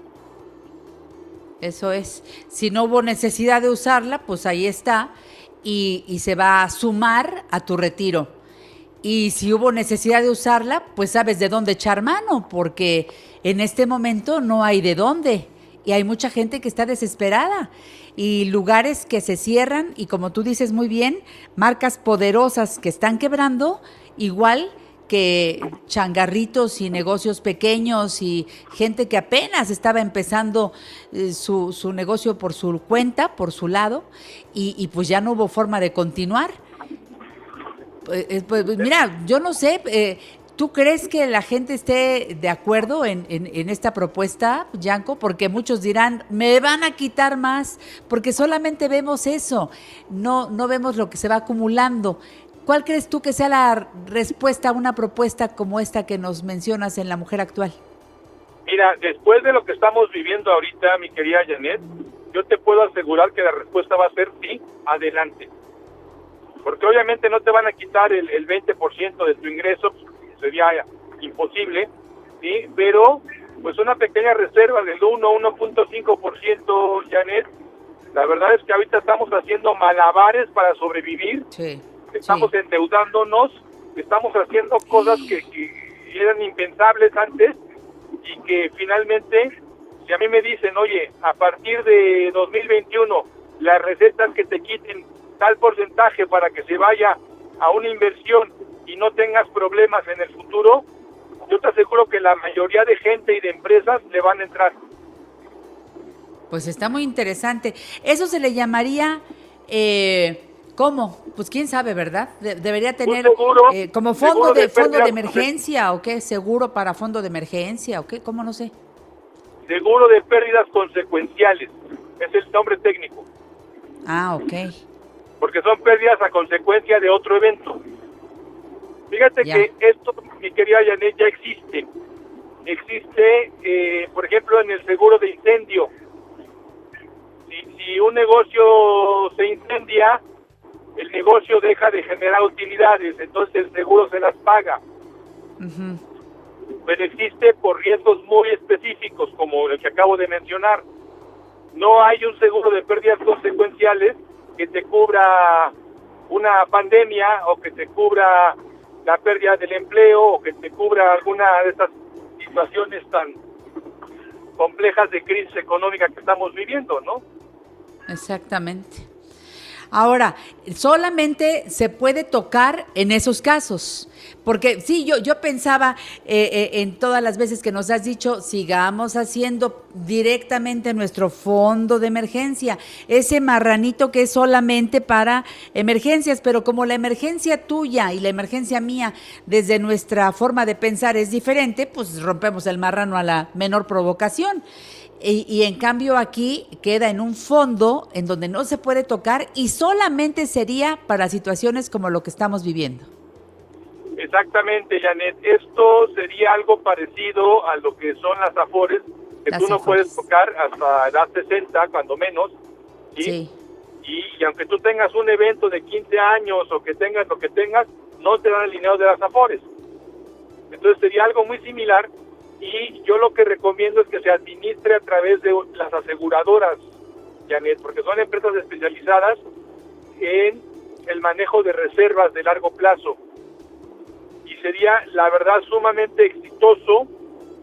[SPEAKER 6] Eso es. Si no hubo necesidad de usarla, pues ahí está y, y se va a sumar a tu retiro. Y si hubo necesidad de usarla, pues sabes de dónde echar mano, porque en este momento no hay de dónde. Y hay mucha gente que está desesperada y lugares que se cierran y, como tú dices muy bien, marcas poderosas que están quebrando, igual que changarritos y negocios pequeños y gente que apenas estaba empezando eh, su, su negocio por su cuenta, por su lado, y, y pues ya no hubo forma de continuar. Pues, pues mira, yo no sé, eh, ¿tú crees que la gente esté de acuerdo en, en, en esta propuesta, Yanko? Porque muchos dirán, me van a quitar más, porque solamente vemos eso, no, no vemos lo que se va acumulando. ¿Cuál crees tú que sea la respuesta a una propuesta como esta que nos mencionas en La Mujer Actual?
[SPEAKER 12] Mira, después de lo que estamos viviendo ahorita, mi querida Janet, yo te puedo asegurar que la respuesta va a ser sí, adelante. Porque obviamente no te van a quitar el, el veinte por ciento de tu ingreso, sería imposible, ¿sí? Pero pues una pequeña reserva del uno, uno punto cinco por ciento, Janet, la verdad es que ahorita estamos haciendo malabares para sobrevivir.
[SPEAKER 6] Sí.
[SPEAKER 12] Estamos
[SPEAKER 6] sí.
[SPEAKER 12] endeudándonos, estamos haciendo cosas que, que eran impensables antes y que finalmente, si a mí me dicen, oye, a partir de dos mil veintiuno, las recetas que te quiten tal porcentaje para que se vaya a una inversión y no tengas problemas en el futuro, yo te aseguro que la mayoría de gente y de empresas le van a entrar.
[SPEAKER 6] Pues está muy interesante. Eso se le llamaría... Eh... ¿Cómo? Pues quién sabe, ¿verdad? De- debería tener
[SPEAKER 12] seguro,
[SPEAKER 6] eh, como fondo
[SPEAKER 12] de
[SPEAKER 6] de fondo de
[SPEAKER 12] pérdidas,
[SPEAKER 6] emergencia o qué, seguro para fondo de emergencia o qué, ¿cómo? No sé.
[SPEAKER 12] Seguro de pérdidas consecuenciales, es el nombre técnico.
[SPEAKER 6] Ah, ok.
[SPEAKER 12] Porque son pérdidas a consecuencia de otro evento. Fíjate
[SPEAKER 6] Ya.
[SPEAKER 12] que esto, mi querida Janet, ya existe. Existe, eh, por ejemplo, en el seguro de incendio. Si, si un negocio se incendia, el negocio deja de generar utilidades, entonces el seguro se las paga.
[SPEAKER 6] Uh-huh.
[SPEAKER 12] Pero existe por riesgos muy específicos, como el que acabo de mencionar. No hay un seguro de pérdidas consecuenciales que te cubra una pandemia o que te cubra la pérdida del empleo o que te cubra alguna de estas situaciones tan complejas de crisis económica que estamos viviendo, ¿no?
[SPEAKER 6] Exactamente. Ahora, solamente se puede tocar en esos casos, porque sí, yo, yo pensaba eh, eh, en todas las veces que nos has dicho, sigamos haciendo directamente nuestro fondo de emergencia, ese marranito que es solamente para emergencias, pero como la emergencia tuya y la emergencia mía, desde nuestra forma de pensar es diferente, pues rompemos el marrano a la menor provocación. Y, y en cambio aquí queda en un fondo en donde no se puede tocar y solamente sería para situaciones como lo que estamos viviendo.
[SPEAKER 12] Exactamente, Janet. Esto sería algo parecido a lo que son las afores, que
[SPEAKER 6] Las
[SPEAKER 12] tú no
[SPEAKER 6] afores.
[SPEAKER 12] puedes tocar hasta edad sesenta, cuando menos. ¿sí?
[SPEAKER 6] Sí.
[SPEAKER 12] Y, y aunque tú tengas un evento de quince años o que tengas lo que tengas, no te dan el dinero de las afores. Entonces sería algo muy similar. Y yo lo que recomiendo es que se administre a través de las aseguradoras, Janet, porque son empresas especializadas en el manejo de reservas de largo plazo. Y sería, la verdad, sumamente exitoso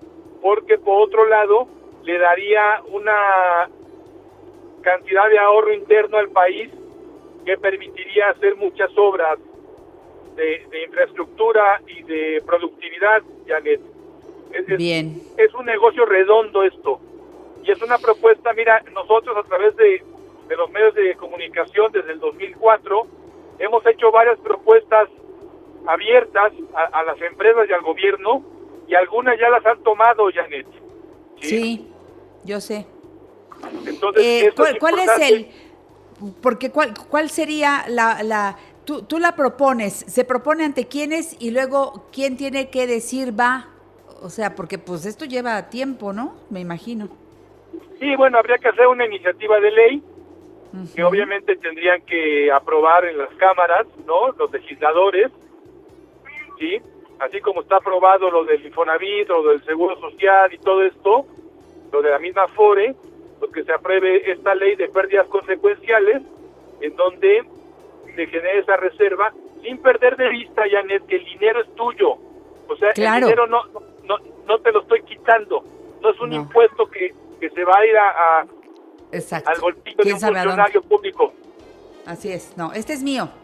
[SPEAKER 12] porque por otro lado le daría una cantidad de ahorro interno al país que permitiría hacer muchas obras de, de infraestructura y de productividad, Janet. Es, es,
[SPEAKER 6] Bien.
[SPEAKER 12] Es un negocio redondo esto, y es una propuesta. Mira, nosotros a través de, de los medios de comunicación desde el dos mil cuatro hemos hecho varias propuestas abiertas a, a las empresas y al gobierno, y algunas ya las han tomado, Janet.
[SPEAKER 6] Sí, sí, yo sé.
[SPEAKER 12] Entonces,
[SPEAKER 6] eh,
[SPEAKER 12] eso
[SPEAKER 6] ¿cuál,
[SPEAKER 12] es
[SPEAKER 6] ¿cuál es
[SPEAKER 12] importante.
[SPEAKER 6] el...? Porque ¿cuál, cuál sería la... la tú, tú la propones, se propone ante quiénes y luego quién tiene que decir va? O sea, porque pues esto lleva tiempo, ¿no? Me imagino.
[SPEAKER 12] Sí, bueno, habría que hacer una iniciativa de ley,
[SPEAKER 6] uh-huh,
[SPEAKER 12] que obviamente tendrían que aprobar en las cámaras, ¿no?, los legisladores, ¿sí? Así como está aprobado lo del Infonavit, lo del Seguro Social y todo esto, lo de la misma Afore, pues que se apruebe esta ley de pérdidas consecuenciales, en donde se genere esa reserva, sin perder de vista, Janet, que el dinero es tuyo. O sea,
[SPEAKER 6] claro,
[SPEAKER 12] el dinero no, no, no te lo estoy quitando, no es un
[SPEAKER 6] no.
[SPEAKER 12] impuesto que, que se va a ir a, a
[SPEAKER 6] Exacto.
[SPEAKER 12] al bolsillo de un funcionario público.
[SPEAKER 6] Así es, no, este es mío.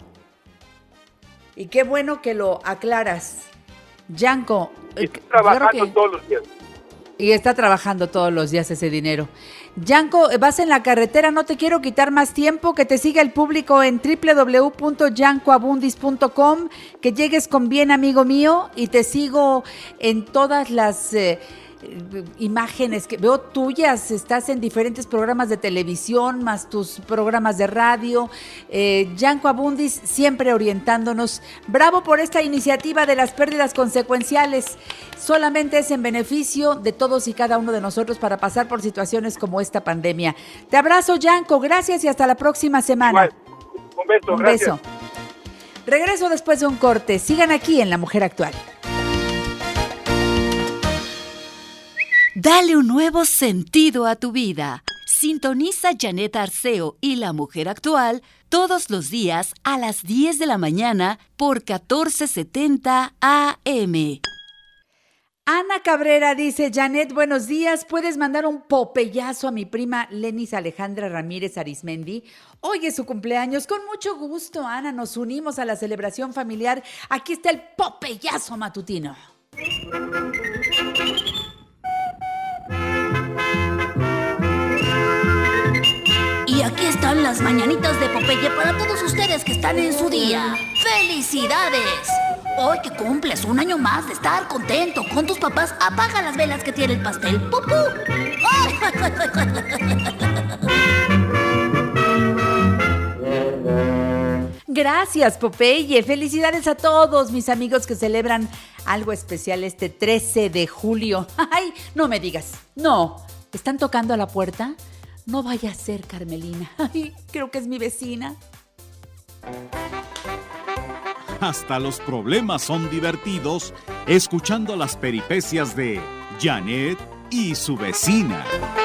[SPEAKER 6] Y qué bueno que lo aclaras. Yanko.
[SPEAKER 12] Y está trabajando
[SPEAKER 6] que...
[SPEAKER 12] todos los días.
[SPEAKER 6] Y está trabajando todos los días ese dinero. Yanko, vas en la carretera, no te quiero quitar más tiempo, que te siga el público en doble u doble u doble u punto yanko abundis punto com, que llegues con bien, amigo mío, y te sigo en todas las eh, imágenes que veo tuyas. Estás en diferentes programas de televisión, más tus programas de radio. eh, Yanko Abundis siempre orientándonos. Bravo por esta iniciativa de las pérdidas consecuenciales. Solamente es en beneficio de todos y cada uno de nosotros para pasar por situaciones como esta pandemia. Te abrazo, Yanko, gracias y hasta la próxima semana.
[SPEAKER 12] Igual. Un beso,
[SPEAKER 6] un
[SPEAKER 12] gracias.
[SPEAKER 6] beso. Regreso después de un corte. Sigan aquí en La Mujer Actual.
[SPEAKER 4] Dale un nuevo sentido a tu vida. Sintoniza Janet Arceo y La Mujer Actual todos los días a las diez de la mañana por catorce setenta A M.
[SPEAKER 6] Ana Cabrera dice, Janet, buenos días, ¿puedes mandar un popeyazo a mi prima Lenis Alejandra Ramírez Arismendi? Hoy es su cumpleaños. Con mucho gusto, Ana, nos unimos a la celebración familiar. Aquí está el popeyazo matutino.
[SPEAKER 13] Y aquí están las mañanitas de Popeye para todos ustedes que están en su día. ¡Felicidades! Hoy que cumples un año más de estar contento con tus papás, apaga las velas que tiene el pastel. ¡Pupú!
[SPEAKER 6] Gracias, Popeye. Felicidades a todos mis amigos que celebran algo especial este trece de julio. Ay, no me digas. No, ¿están tocando a la puerta? No vaya a ser Carmelina. Ay, creo que es mi vecina.
[SPEAKER 14] Hasta los problemas son divertidos escuchando las peripecias de Janet y su vecina.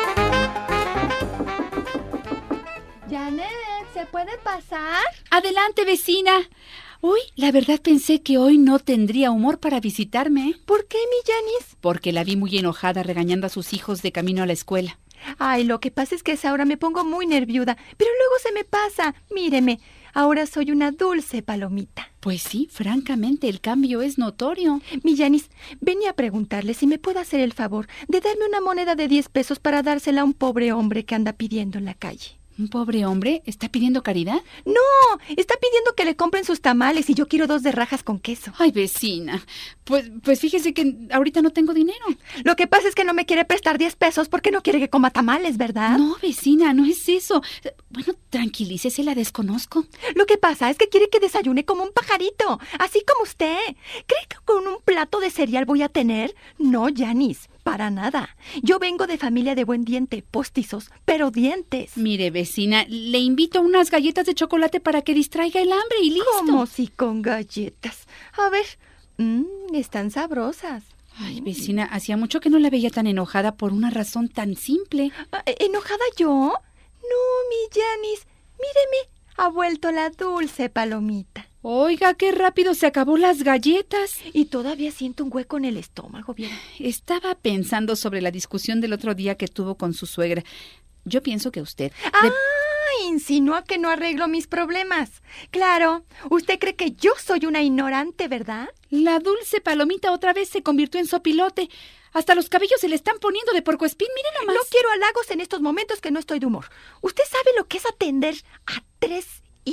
[SPEAKER 15] Janet, ¿se puede pasar?
[SPEAKER 16] Adelante, vecina. Uy, la verdad pensé que hoy no tendría humor para visitarme.
[SPEAKER 15] ¿Por qué, mi Janis?
[SPEAKER 16] Porque la vi muy enojada regañando a sus hijos de camino a la escuela.
[SPEAKER 15] Ay, lo que pasa es que a esa hora me pongo muy nerviuda, pero luego se me pasa. Míreme, ahora soy una dulce palomita.
[SPEAKER 16] Pues sí, francamente, el cambio es notorio.
[SPEAKER 15] Mi Janis, venía a preguntarle si me puede hacer el favor de darme una moneda de diez pesos para dársela a un pobre hombre que anda pidiendo en la calle.
[SPEAKER 16] ¿Un pobre hombre? ¿Está pidiendo caridad?
[SPEAKER 15] No, está pidiendo que le compren sus tamales y yo quiero dos de rajas con queso.
[SPEAKER 16] Ay, vecina, pues, pues fíjese que ahorita no tengo dinero.
[SPEAKER 15] Lo que pasa es que no me quiere prestar diez pesos porque no quiere que coma tamales, ¿verdad?
[SPEAKER 16] No, vecina, no es eso. Bueno, tranquilícese, la desconozco.
[SPEAKER 15] Lo que pasa es que quiere que desayune como un pajarito, así como usted. ¿Cree que con un plato de cereal voy a tener? No, Janis. Para nada. Yo vengo de familia de buen diente, postizos, pero dientes.
[SPEAKER 16] Mire, vecina, le invito a unas galletas de chocolate para que distraiga el hambre y listo.
[SPEAKER 15] ¿Cómo si con galletas? A ver, mmm, están sabrosas.
[SPEAKER 16] Ay, vecina, hacía mucho que no la veía tan enojada por una razón tan simple.
[SPEAKER 15] ¿Enojada yo? No, mi Janis. Míreme, ha vuelto la dulce palomita.
[SPEAKER 16] Oiga, qué rápido se acabó las galletas.
[SPEAKER 15] Y todavía siento un hueco en el estómago, bien.
[SPEAKER 16] Estaba pensando sobre la discusión del otro día que tuvo con su suegra. Yo pienso que usted...
[SPEAKER 15] ¡Ah!
[SPEAKER 16] de-
[SPEAKER 15] Insinúa que no arreglo mis problemas. Claro, usted cree que yo soy una ignorante, ¿verdad?
[SPEAKER 16] La dulce palomita otra vez se convirtió en sopilote. Hasta los cabellos se le están poniendo de puercoespín, mire nomás.
[SPEAKER 15] No quiero halagos en estos momentos que no estoy de humor. ¿Usted sabe lo que es atender a tres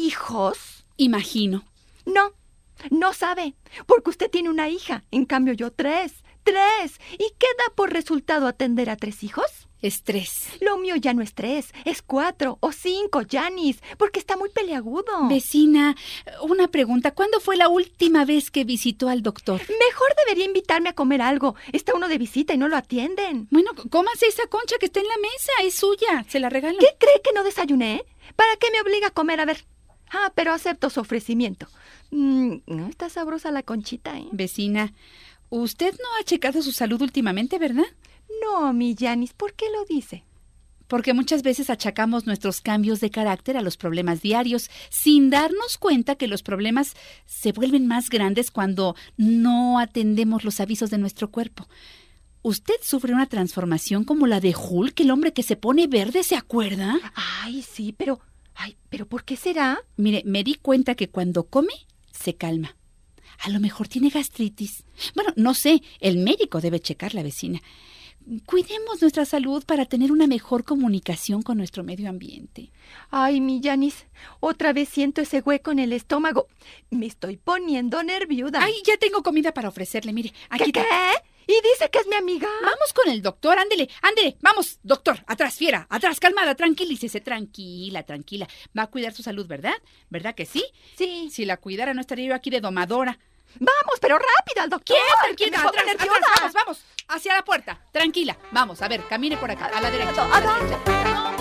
[SPEAKER 15] hijos?
[SPEAKER 16] Imagino.
[SPEAKER 15] No, no sabe, porque usted tiene una hija, en cambio yo tres. ¡Tres! ¿Y qué da por resultado atender a tres hijos?
[SPEAKER 16] Estrés.
[SPEAKER 15] Lo mío ya no es tres, es cuatro o cinco, Janis, porque está muy peleagudo.
[SPEAKER 16] Vecina, una pregunta. ¿Cuándo fue la última vez que visitó al doctor?
[SPEAKER 15] Mejor debería invitarme a comer algo. Está uno de visita y no lo atienden.
[SPEAKER 16] Bueno, cómase esa concha que está en la mesa, es suya, se la regalo.
[SPEAKER 15] ¿Qué cree que no desayuné? ¿Para qué me obliga a comer? A ver. Ah, pero acepto su ofrecimiento. Mm, no está sabrosa la conchita, ¿eh?
[SPEAKER 16] Vecina, usted no ha checado su salud últimamente, ¿verdad?
[SPEAKER 15] No, mi Janis, ¿por qué lo dice?
[SPEAKER 16] Porque muchas veces achacamos nuestros cambios de carácter a los problemas diarios, sin darnos cuenta que los problemas se vuelven más grandes cuando no atendemos los avisos de nuestro cuerpo. ¿Usted sufre una transformación como la de Hulk, el hombre que se pone verde, ¿se acuerda?
[SPEAKER 15] Ay, sí, pero... Ay, ¿pero por qué será?
[SPEAKER 16] Mire, me di cuenta que cuando come, se calma. A lo mejor tiene gastritis. Bueno, no sé, el médico debe checar, la vecina. Cuidemos nuestra salud para tener una mejor comunicación con nuestro medio ambiente.
[SPEAKER 15] Ay, mi Janis, otra vez siento ese hueco en el estómago. Me estoy poniendo nerviuda.
[SPEAKER 16] Ay, ya tengo comida para ofrecerle, mire. Aquí
[SPEAKER 15] ¿Qué, qué? ¿Y dice que es mi amiga?
[SPEAKER 16] Vamos con el doctor, ándele, ándele. Vamos, doctor, atrás, fiera, atrás, calmada, tranquilícese, tranquila, tranquila. Va a cuidar su salud, ¿verdad? ¿Verdad que sí?
[SPEAKER 15] Sí.
[SPEAKER 16] Si la cuidara no estaría yo aquí de domadora.
[SPEAKER 15] Vamos, pero rápido al doctor.
[SPEAKER 16] Quieta, quieta, atrás, atrás, vamos, vamos, hacia la puerta. Tranquila, vamos, a ver, camine por acá, a la derecha. A la derecha.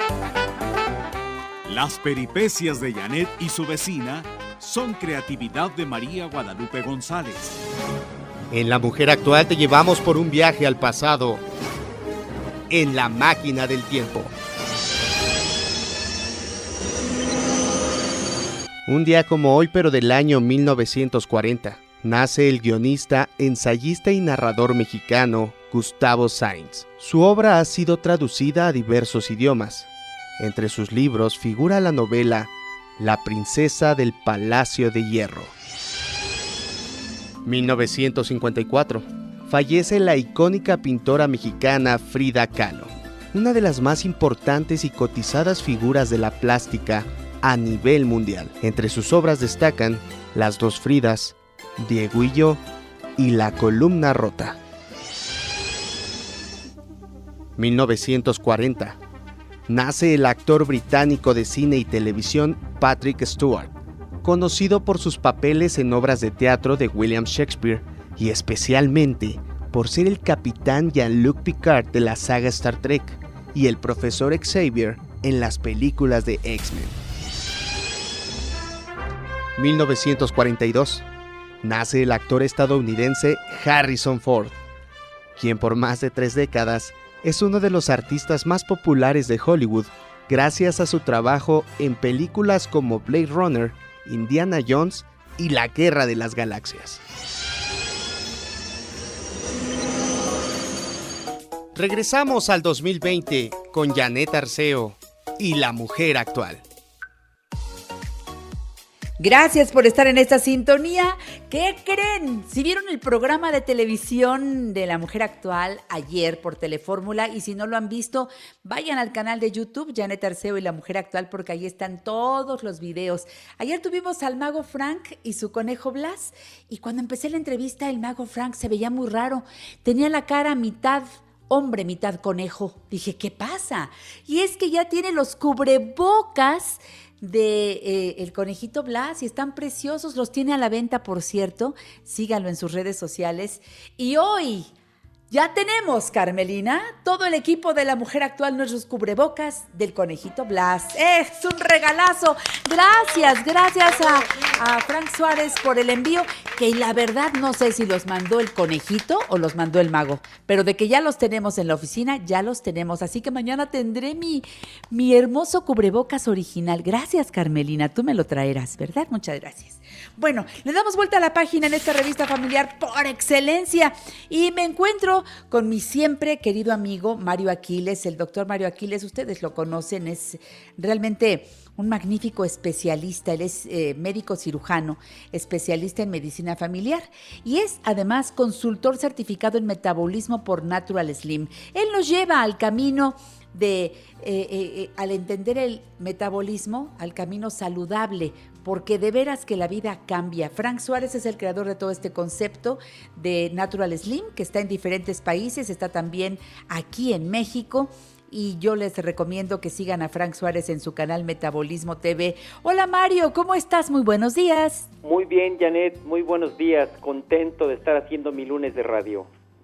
[SPEAKER 14] Las peripecias de Janet y su vecina son creatividad de María Guadalupe González.
[SPEAKER 17] En La Mujer Actual te llevamos por un viaje al pasado, en la máquina del tiempo. Un día como hoy, pero del año mil novecientos cuarenta, nace el guionista, ensayista y narrador mexicano Gustavo Sainz. Su obra ha sido traducida a diversos idiomas. Entre sus libros figura la novela La princesa del Palacio de Hierro. mil novecientos cincuenta y cuatro. Fallece la icónica pintora mexicana Frida Kahlo, una de las más importantes y cotizadas figuras de la plástica a nivel mundial. Entre sus obras destacan Las dos Fridas, Diego y yo y La columna rota. mil novecientos cuarenta. Nace el actor británico de cine y televisión Patrick Stewart, conocido por sus papeles en obras de teatro de William Shakespeare y especialmente por ser el capitán Jean-Luc Picard de la saga Star Trek y el profesor Xavier en las películas de X-Men. mil novecientos cuarenta y dos. Nace el actor estadounidense Harrison Ford, quien por más de tres décadas es uno de los artistas más populares de Hollywood gracias a su trabajo en películas como Blade Runner, Indiana Jones y La Guerra de las Galaxias. Regresamos al dos mil veinte con Janet Arceo y La Mujer Actual.
[SPEAKER 6] Gracias por estar en esta sintonía. ¿Qué creen? Si vieron el programa de televisión de La Mujer Actual ayer por Telefórmula, y si no lo han visto, vayan al canal de YouTube Janet Arceo y La Mujer Actual, porque ahí están todos los videos. Ayer tuvimos al mago Frank y su conejo Blas, y cuando empecé la entrevista el mago Frank se veía muy raro. Tenía la cara mitad hombre, mitad conejo. Dije, ¿qué pasa? Y es que ya tiene los cubrebocas de eh, el conejito Blas y están preciosos, los tiene a la venta, por cierto, síganlo en sus redes sociales. Y hoy ya tenemos, Carmelina, todo el equipo de La Mujer Actual, nuestros cubrebocas del conejito Blas. ¡Es un regalazo! Gracias, gracias a, a Frank Suárez por el envío, que la verdad no sé si los mandó el conejito o los mandó el mago, pero de que ya los tenemos en la oficina, ya los tenemos, así que mañana tendré mi, mi hermoso cubrebocas original. Gracias, Carmelina, tú me lo traerás, ¿verdad? Muchas gracias. Bueno, le damos vuelta a la página en esta revista familiar por excelencia y me encuentro con mi siempre querido amigo Mario Aquiles, el doctor Mario Aquiles. Ustedes lo conocen, es realmente un magnífico especialista. Él es eh, médico cirujano, especialista en medicina familiar y es además consultor certificado en metabolismo por Natural Slim. Él nos lleva al camino de, eh, eh, eh, al entender el metabolismo, al camino saludable, porque de veras que la vida cambia. Frank Suárez es el creador de todo este concepto de Natural Slim, que está en diferentes países, está también aquí en México. Y yo les recomiendo que sigan a Frank Suárez en su canal Metabolismo T V. Hola Mario, ¿cómo estás? Muy buenos días.
[SPEAKER 18] Muy bien, Janet, muy buenos días. Contento de estar haciendo mi lunes de radio.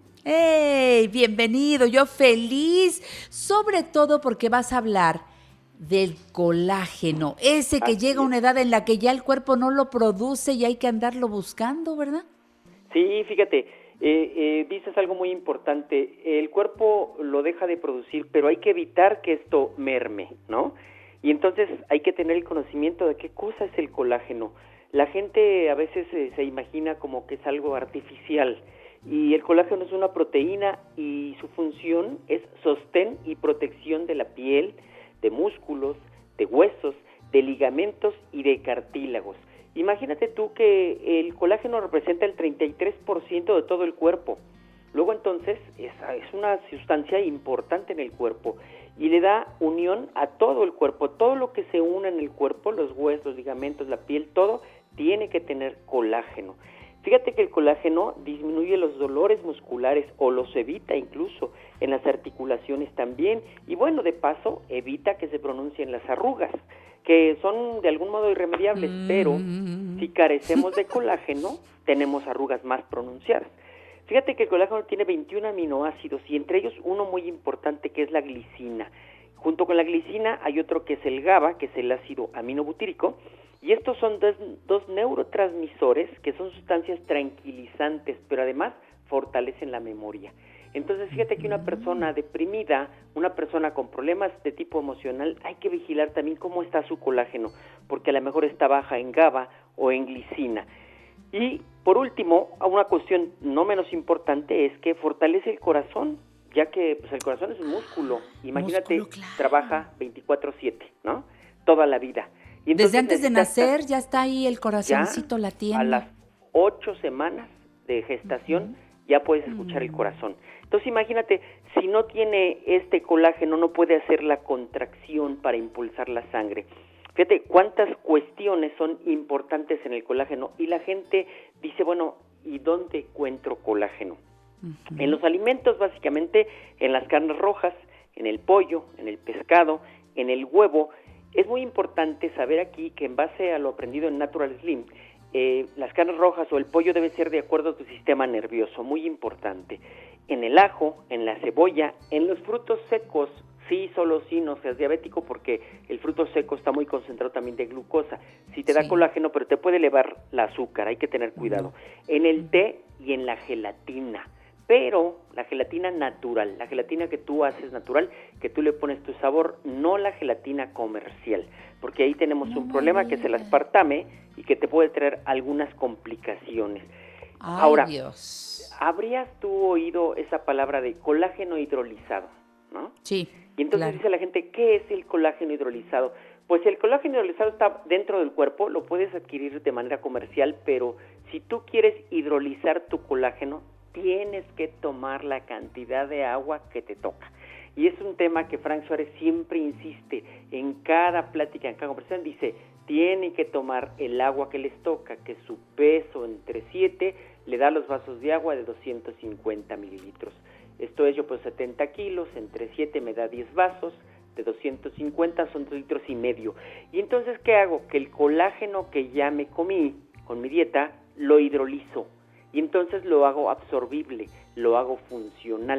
[SPEAKER 6] ¡Hey! Bienvenido, yo feliz, sobre todo porque vas a hablar del colágeno, ese que Así llega a una edad en la que ya el cuerpo no lo produce y hay que andarlo buscando, ¿verdad?
[SPEAKER 18] Sí, fíjate, eh, eh, dices algo muy importante, el cuerpo lo deja de producir, pero hay que evitar que esto merme, ¿no? Y entonces hay que tener el conocimiento de qué cosa es el colágeno. La gente a veces eh, se imagina como que es algo artificial, y el colágeno es una proteína y su función es sostén y protección de la piel, de músculos, de huesos, de ligamentos y de cartílagos. Imagínate tú que el colágeno representa el treinta y tres por ciento de todo el cuerpo. Luego entonces es, es una sustancia importante en el cuerpo y le da unión a todo el cuerpo. Todo lo que se une en el cuerpo, los huesos, los ligamentos, la piel, todo tiene que tener colágeno. Fíjate que el colágeno disminuye los dolores musculares o los evita incluso en las articulaciones también. Y bueno, de paso, evita que se pronuncien las arrugas, que son de algún modo irremediables, mm. pero si carecemos de colágeno, tenemos arrugas más pronunciadas. Fíjate que el colágeno tiene veintiún aminoácidos y entre ellos uno muy importante que es la glicina. Junto con la glicina hay otro que es el GABA, que es el ácido aminobutírico, y estos son dos, dos neurotransmisores que son sustancias tranquilizantes, pero además fortalecen la memoria. Entonces, fíjate que una persona deprimida, una persona con problemas de tipo emocional, hay que vigilar también cómo está su colágeno, porque a lo mejor está baja en GABA o en glicina. Y, por último, una cuestión no menos importante es que fortalece el corazón, ya que pues, el corazón es un músculo. Imagínate, músculo, claro. Trabaja veinticuatro siete, ¿no? Toda la vida. Y
[SPEAKER 6] desde antes de nacer estar, ya está ahí el corazoncito latiendo.
[SPEAKER 18] A las ocho semanas de gestación uh-huh. ya puedes escuchar uh-huh. el corazón. Entonces imagínate, si no tiene este colágeno no puede hacer la contracción para impulsar la sangre. Fíjate cuántas cuestiones son importantes en el colágeno y la gente dice, bueno, ¿y dónde encuentro colágeno? Uh-huh. En los alimentos básicamente, en las carnes rojas, en el pollo, en el pescado, en el huevo. Es muy importante saber aquí que en base a lo aprendido en Natural Slim, eh, las carnes rojas o el pollo debe ser de acuerdo a tu sistema nervioso, muy importante. En el ajo, en la cebolla, en los frutos secos, sí, solo sí, no seas diabético porque el fruto seco está muy concentrado también de glucosa. Sí te sí. da colágeno, pero te puede elevar el azúcar, hay que tener cuidado. Uh-huh. En el té y en la gelatina. Pero la gelatina natural, la gelatina que tú haces natural, que tú le pones tu sabor, no la gelatina comercial, porque ahí tenemos no un problema vida. que es el aspartame y que te puede traer algunas complicaciones.
[SPEAKER 6] Ay,
[SPEAKER 18] Ahora,
[SPEAKER 6] Dios.
[SPEAKER 18] ¿habrías tú oído esa palabra de colágeno hidrolizado, no?
[SPEAKER 6] Sí.
[SPEAKER 18] Y entonces claro. dice la gente, ¿qué es el colágeno hidrolizado? Pues el colágeno hidrolizado está dentro del cuerpo, lo puedes adquirir de manera comercial, pero si tú quieres hidrolizar tu colágeno, tienes que tomar la cantidad de agua que te toca. Y es un tema que Frank Suárez siempre insiste en cada plática, en cada conversación, dice, tienen que tomar el agua que les toca, que su peso entre siete le da los vasos de agua de doscientos cincuenta mililitros. Esto es, yo pues setenta kilos, entre siete me da diez vasos, de doscientos cincuenta son dos litros y medio. Y entonces, ¿qué hago? Que el colágeno que ya me comí con mi dieta, lo hidrolizo. Y entonces lo hago absorbible, lo hago funcional.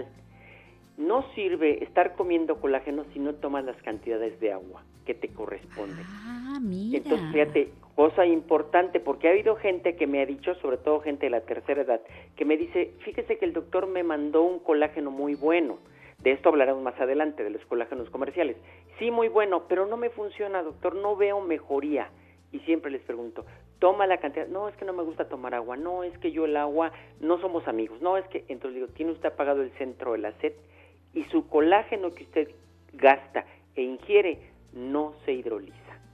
[SPEAKER 18] No sirve estar comiendo colágeno si no tomas las cantidades de agua que te corresponden.
[SPEAKER 6] Ah, mira.
[SPEAKER 18] Entonces, fíjate, cosa importante, porque ha habido gente que me ha dicho, sobre todo gente de la tercera edad, que me dice, fíjese que el doctor me mandó un colágeno muy bueno. De esto hablaremos más adelante, de los colágenos comerciales. Sí, muy bueno, pero no me funciona, doctor, no veo mejoría. Y siempre les pregunto, toma la cantidad, no, es que no me gusta tomar agua, no, es que yo el agua, no somos amigos, no, es que, entonces digo, tiene usted apagado el centro de la sed y su colágeno que usted gasta e ingiere no se hidroliza.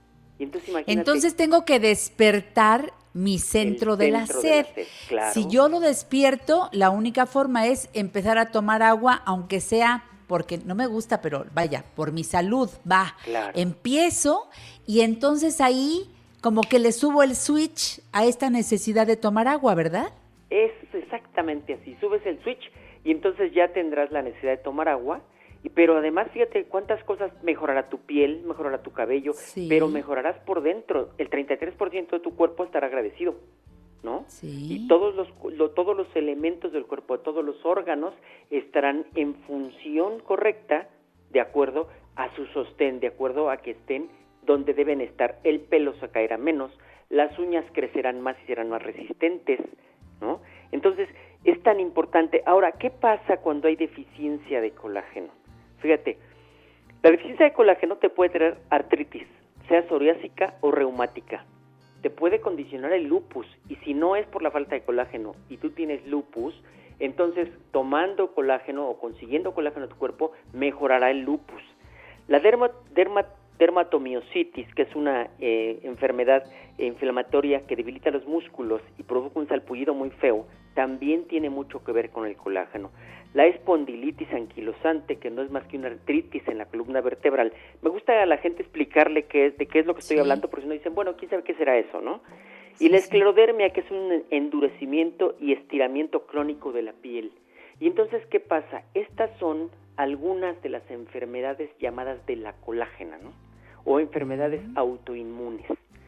[SPEAKER 18] Y entonces, imagínate,
[SPEAKER 6] entonces tengo que despertar mi centro, de,
[SPEAKER 18] centro
[SPEAKER 6] la sed.
[SPEAKER 18] de la sed. Claro.
[SPEAKER 6] Si yo lo despierto, la única forma es empezar a tomar agua, aunque sea porque no me gusta, pero vaya, por mi salud, va.
[SPEAKER 18] Claro.
[SPEAKER 6] Empiezo y entonces ahí como que le subo el switch a esta necesidad de tomar agua, ¿verdad?
[SPEAKER 18] Es exactamente así, subes el switch y entonces ya tendrás la necesidad de tomar agua, y, pero además fíjate cuántas cosas mejorará tu piel, mejorará tu cabello,
[SPEAKER 6] sí.
[SPEAKER 18] pero mejorarás por dentro, el treinta y tres por ciento de tu cuerpo estará agradecido, ¿no?
[SPEAKER 6] Sí.
[SPEAKER 18] Y todos los, lo, todos los elementos del cuerpo, todos los órganos estarán en función correcta de acuerdo a su sostén, de acuerdo a que estén donde deben estar. El pelo se caerá menos, las uñas crecerán más y serán más resistentes, ¿no? Entonces, es tan importante. Ahora, ¿qué pasa cuando hay deficiencia de colágeno? Fíjate, la deficiencia de colágeno te puede traer artritis, sea psoriásica o reumática. Te puede condicionar el lupus, y si no es por la falta de colágeno y tú tienes lupus, entonces tomando colágeno o consiguiendo colágeno en tu cuerpo, mejorará el lupus. La derma, derma, dermatomiositis, que es una eh, enfermedad inflamatoria que debilita los músculos y provoca un salpullido muy feo, también tiene mucho que ver con el colágeno. La espondilitis anquilosante, que no es más que una artritis en la columna vertebral. Me gusta a la gente explicarle qué es, de qué es lo que estoy sí. hablando, porque si no dicen, bueno, ¿quién sabe qué será eso, no? Sí, y la esclerodermia, que es un endurecimiento y estiramiento crónico de la piel. Y entonces, ¿qué pasa? Estas son algunas de las enfermedades llamadas de la colágena, ¿no? O enfermedades uh-huh. autoinmunes.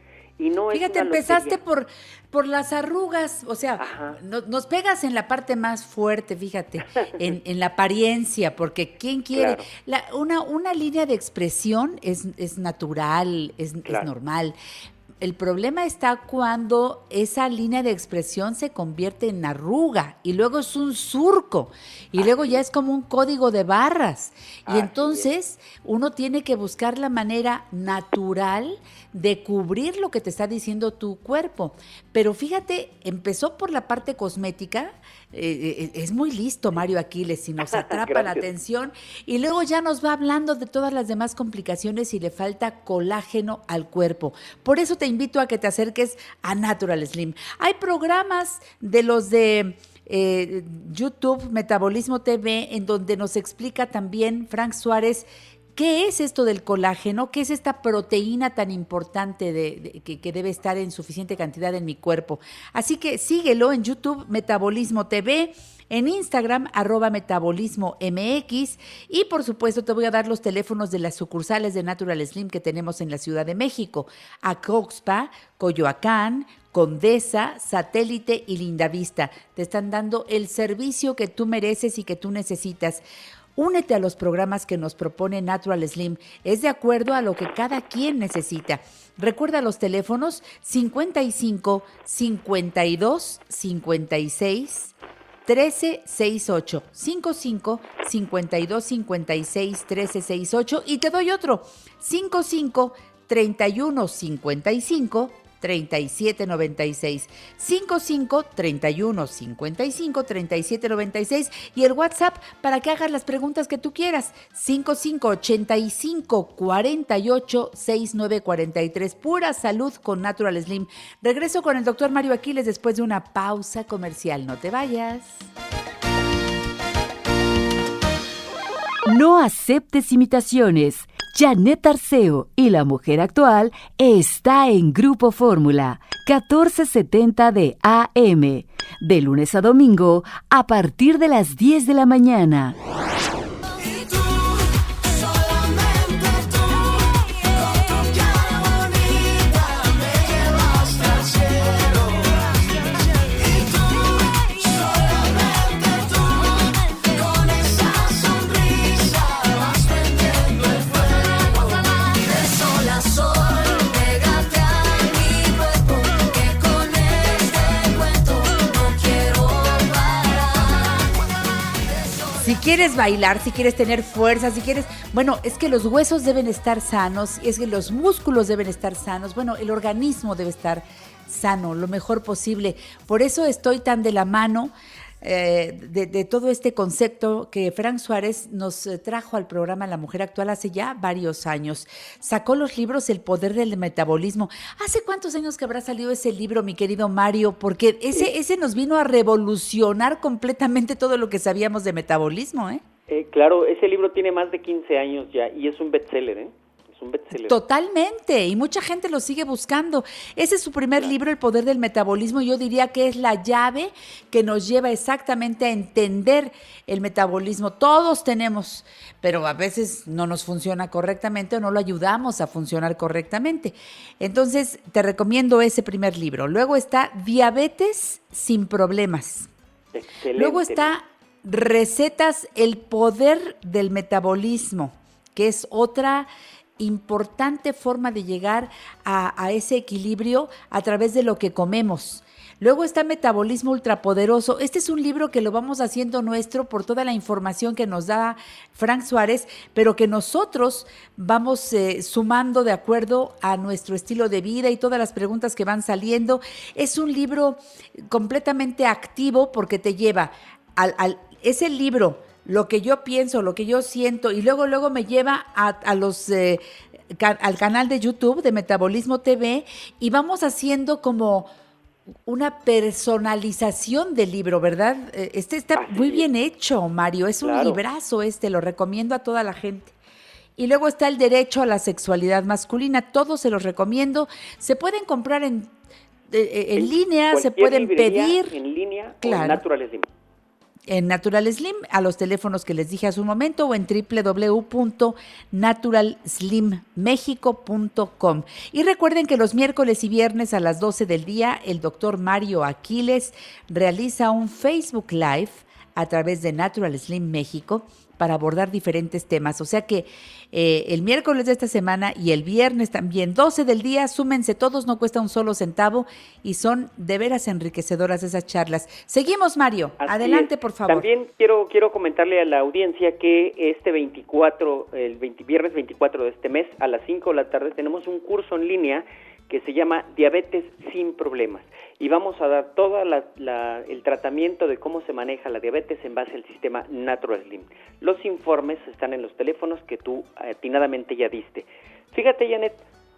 [SPEAKER 18] Y no
[SPEAKER 6] Fíjate,
[SPEAKER 18] es una
[SPEAKER 6] empezaste por, por las arrugas, o sea, no, nos pegas en la parte más fuerte, fíjate, en, en la apariencia, porque ¿quién quiere?
[SPEAKER 18] Claro.
[SPEAKER 6] La, una, una línea de expresión es, es natural, es, claro. es normal. El problema está cuando esa línea de expresión se convierte en arruga y luego es un surco y Así luego ya es como un código de barras. Y Así entonces es. uno tiene que buscar la manera natural de cubrir lo que te está diciendo tu cuerpo. Pero fíjate, empezó por la parte cosmética, eh, es muy listo Mario Aquiles y nos atrapa la atención y luego ya nos va hablando de todas las demás complicaciones y le falta colágeno al cuerpo. Por eso te invito a que te acerques a Natural Slim. Hay programas de los de eh, YouTube, Metabolismo T V, en donde nos explica también Frank Suárez qué es esto del colágeno, qué es esta proteína tan importante de, de, que, que debe estar en suficiente cantidad en mi cuerpo. Así que síguelo en YouTube, Metabolismo T V, en Instagram, arroba Metabolismo M X, y por supuesto te voy a dar los teléfonos de las sucursales de Natural Slim que tenemos en la Ciudad de México, Acoxpa, Coyoacán, Condesa, Satélite y Lindavista. Te están dando el servicio que tú mereces y que tú necesitas. Únete a los programas que nos propone Natural Slim. Es de acuerdo a lo que cada quien necesita. Recuerda los teléfonos cincuenta y cinco, cincuenta y dos, cincuenta y seis, trece sesenta y ocho, cincuenta y cinco, cincuenta y dos, cincuenta y seis, trece sesenta y ocho, y te doy otro, cincuenta y cinco, treinta y uno, cincuenta y cinco, treinta y siete noventa y seis, cincuenta y cinco, treinta y uno, cincuenta y cinco, treinta y siete noventa y seis, y el WhatsApp para que hagas las preguntas que tú quieras, cincuenta y cinco, ochenta y cinco, cuarenta y ocho, sesenta y nueve cuarenta y tres. Pura salud con Natural Slim. Regreso con el doctor Mario Aquiles después de una pausa comercial. No te vayas.
[SPEAKER 4] No aceptes imitaciones. Janet Arceo y la mujer actual está en Grupo Fórmula, catorce setenta de A M, de lunes a domingo a partir de las diez de la mañana.
[SPEAKER 6] Si quieres bailar, si quieres tener fuerza, si quieres... Bueno, es que los huesos deben estar sanos, es que los músculos deben estar sanos, bueno, el organismo debe estar sano, lo mejor posible. Por eso estoy tan de la mano eh, de, de todo este concepto que Frank Suárez nos eh, trajo al programa La Mujer Actual hace ya varios años. Sacó los libros El Poder del Metabolismo. ¿Hace cuántos años que habrá salido ese libro, mi querido Mario? Porque ese, ese nos vino a revolucionar completamente todo lo que sabíamos de metabolismo, ¿eh?
[SPEAKER 18] Eh, claro, ese libro tiene más de quince años ya y es un bestseller, ¿eh? Es un bestseller.
[SPEAKER 6] Totalmente, y mucha gente lo sigue buscando. Ese es su primer claro. libro, El Poder del Metabolismo. Yo diría que es la llave que nos lleva exactamente a entender el metabolismo. Todos tenemos, pero a veces no nos funciona correctamente o no lo ayudamos a funcionar correctamente. Entonces, te recomiendo ese primer libro. Luego está Diabetes sin Problemas.
[SPEAKER 18] Excelente.
[SPEAKER 6] Luego está Recetas, El Poder del Metabolismo, que es otra importante forma de llegar a, a ese equilibrio a través de lo que comemos. Luego está Metabolismo Ultrapoderoso. Este es un libro que lo vamos haciendo nuestro por toda la información que nos da Frank Suárez, pero que nosotros vamos eh, sumando de acuerdo a nuestro estilo de vida y todas las preguntas que van saliendo. Es un libro completamente activo porque te lleva al, al es el libro lo que yo pienso, lo que yo siento, y luego luego me lleva a, a los eh, ca- al canal de YouTube de Metabolismo T V y vamos haciendo como una personalización del libro, ¿verdad? Este está Así muy es. bien hecho, Mario, es claro. un librazo este, lo recomiendo a toda la gente. Y luego está El Derecho a la Sexualidad Masculina, todos se los recomiendo, se pueden comprar en, en, en línea, se pueden pedir.
[SPEAKER 18] En línea
[SPEAKER 6] claro.
[SPEAKER 18] o en Natural Slim.
[SPEAKER 6] En Natural Slim, a los teléfonos que les dije hace un momento, o en doble u doble u doble u punto natural slim mexico punto com. Y recuerden que los miércoles y viernes a las doce del día, el doctor Mario Aquiles realiza un Facebook Live a través de Natural Slim México para abordar diferentes temas. O sea que eh, el miércoles de esta semana y el viernes también, doce del día, súmense todos, no cuesta un solo centavo y son de veras enriquecedoras esas charlas. Seguimos, Mario. Así Adelante, es. por favor.
[SPEAKER 18] También quiero quiero comentarle a la audiencia que este veinticuatro, el veinte, viernes veinticuatro de este mes, a las cinco de la tarde, tenemos un curso en línea que se llama Diabetes sin Problemas. Y vamos a dar todo la, la, el tratamiento de cómo se maneja la diabetes en base al sistema Natural Slim. Los informes están en los teléfonos que tú atinadamente ya diste. Fíjate, Janet,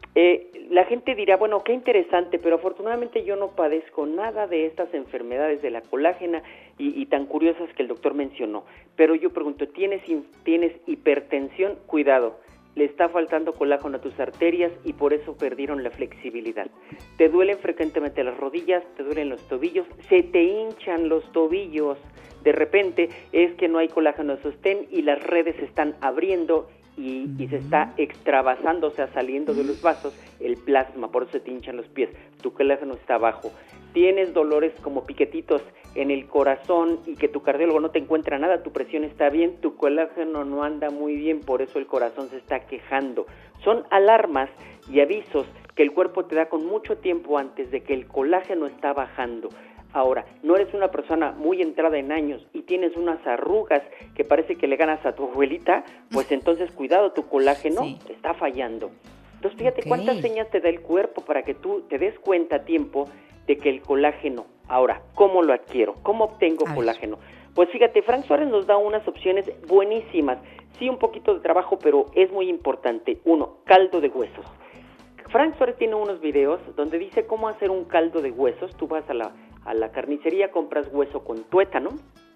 [SPEAKER 18] eh, la gente dirá, bueno, qué interesante, pero afortunadamente yo no padezco nada de estas enfermedades de la colágena y, y tan curiosas que el doctor mencionó. Pero yo pregunto, ¿tienes, ¿tienes hipertensión? Cuidado. Le está faltando colágeno a tus arterias y por eso perdieron la flexibilidad. Te duelen frecuentemente las rodillas, te duelen los tobillos, se te hinchan los tobillos. De repente es que no hay colágeno de sostén y las redes se están abriendo y, y se está extravasando, o sea, saliendo de los vasos el plasma, por eso se te hinchan los pies. Tu colágeno está bajo. Tienes dolores como piquetitos en el corazón y que tu cardiólogo no te encuentra nada, tu presión está bien, tu colágeno no anda muy bien, por eso el corazón se está quejando. Son alarmas y avisos que el cuerpo te da con mucho tiempo antes de que el colágeno está bajando. Ahora, no eres una persona muy entrada en años y tienes unas arrugas que parece que le ganas a tu abuelita, pues entonces cuidado, tu colágeno sí. está fallando. Entonces fíjate okay. cuántas señas te da el cuerpo para que tú te des cuenta a tiempo de que el colágeno, ahora, ¿cómo lo adquiero? ¿Cómo obtengo a colágeno? Ver. Pues fíjate, Frank Suárez nos da unas opciones buenísimas. Sí, un poquito de trabajo, pero es muy importante. Uno, caldo de huesos. Frank Suárez tiene unos videos donde dice cómo hacer un caldo de huesos. Tú vas a la, a la carnicería, compras hueso con tuétano,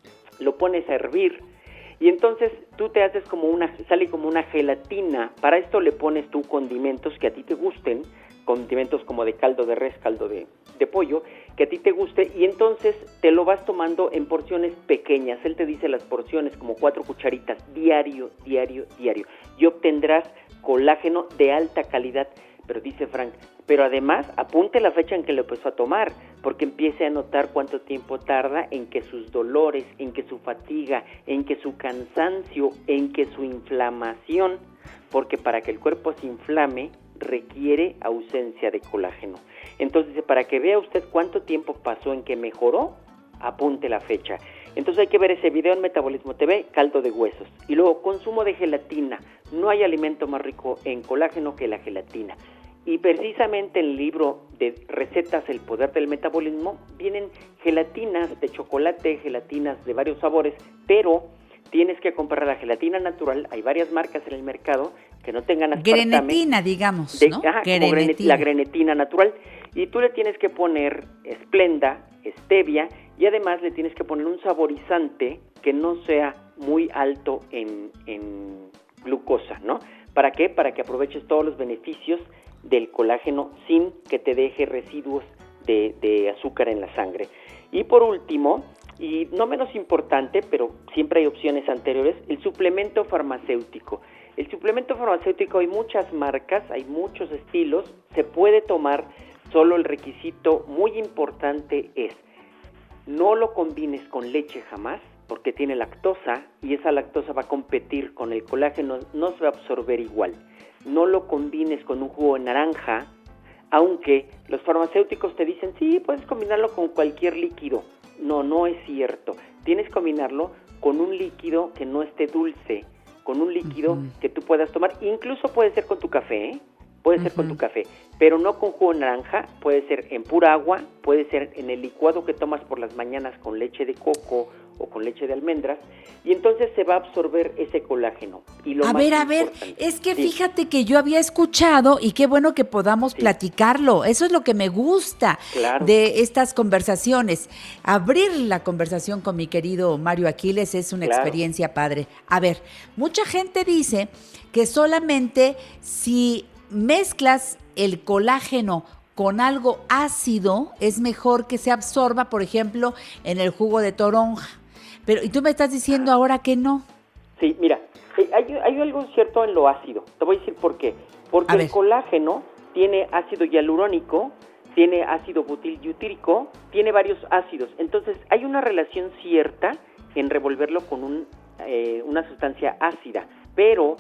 [SPEAKER 18] lo pones a hervir y entonces tú te haces como una, sale como una gelatina. Para esto le pones tú condimentos que a ti te gusten, condimentos como de caldo de res, caldo de, de pollo, que a ti te guste, y entonces te lo vas tomando en porciones pequeñas. Él te dice las porciones como cuatro cucharitas, diario, diario, diario, y obtendrás colágeno de alta calidad. Pero dice Frank, pero además apunte la fecha en que lo empezó a tomar, porque empiece a notar cuánto tiempo tarda en que sus dolores, en que su fatiga, en que su cansancio, en que su inflamación, porque para que el cuerpo se inflame requiere ausencia de colágeno. Entonces, para que vea usted cuánto tiempo pasó en que mejoró, apunte la fecha. Entonces hay que ver ese video en Metabolismo T V, caldo de huesos. Y luego, consumo de gelatina. No hay alimento más rico en colágeno que la gelatina. Y precisamente en el libro de recetas El poder del metabolismo vienen gelatinas de chocolate, gelatinas de varios sabores, pero tienes que comprar la gelatina natural. Hay varias marcas en el mercado que no tengan aspartame.
[SPEAKER 6] Grenetina, digamos,
[SPEAKER 18] de,
[SPEAKER 6] ¿no?
[SPEAKER 18] Ajá,
[SPEAKER 6] Grenetina.
[SPEAKER 18] como grenet, la grenetina natural. Y tú le tienes que poner Splenda, stevia, y además le tienes que poner un saborizante que no sea muy alto en, en glucosa, ¿no? ¿Para qué? Para que aproveches todos los beneficios del colágeno sin que te deje residuos de, de azúcar en la sangre. Y por último, y no menos importante, pero siempre hay opciones anteriores, el suplemento farmacéutico. El suplemento farmacéutico hay muchas marcas, hay muchos estilos, se puede tomar, solo el requisito muy importante es no lo combines con leche jamás, porque tiene lactosa y esa lactosa va a competir con el colágeno, no se va a absorber igual. No lo combines con un jugo de naranja, aunque los farmacéuticos te dicen, sí, puedes combinarlo con cualquier líquido. No, no es cierto. Tienes que combinarlo con un líquido que no esté dulce, con un líquido uh-huh. que tú puedas tomar. Incluso puede ser con tu café, ¿eh? Puede uh-huh. ser con tu café, pero no con jugo de naranja, puede ser en pura agua, puede ser en el licuado que tomas por las mañanas con leche de coco o con leche de almendras, y entonces se va a absorber ese colágeno. Y lo
[SPEAKER 6] a
[SPEAKER 18] más
[SPEAKER 6] ver, a ver, es que
[SPEAKER 18] sí.
[SPEAKER 6] fíjate que yo había escuchado, y qué bueno que podamos sí. platicarlo, eso es lo que me gusta
[SPEAKER 18] claro.
[SPEAKER 6] de estas conversaciones. Abrir la conversación con mi querido Mario Aquiles es una claro. experiencia padre. A ver, mucha gente dice que solamente si mezclas el colágeno con algo ácido, es mejor que se absorba, por ejemplo, en el jugo de toronja. Pero, y tú me estás diciendo ahora que no.
[SPEAKER 18] Sí, mira, hay, hay algo cierto en lo ácido. Te voy a decir por qué. Porque el colágeno tiene ácido hialurónico, tiene ácido butyrílico, tiene varios ácidos. Entonces, hay una relación cierta en revolverlo con un, eh, una sustancia ácida. Pero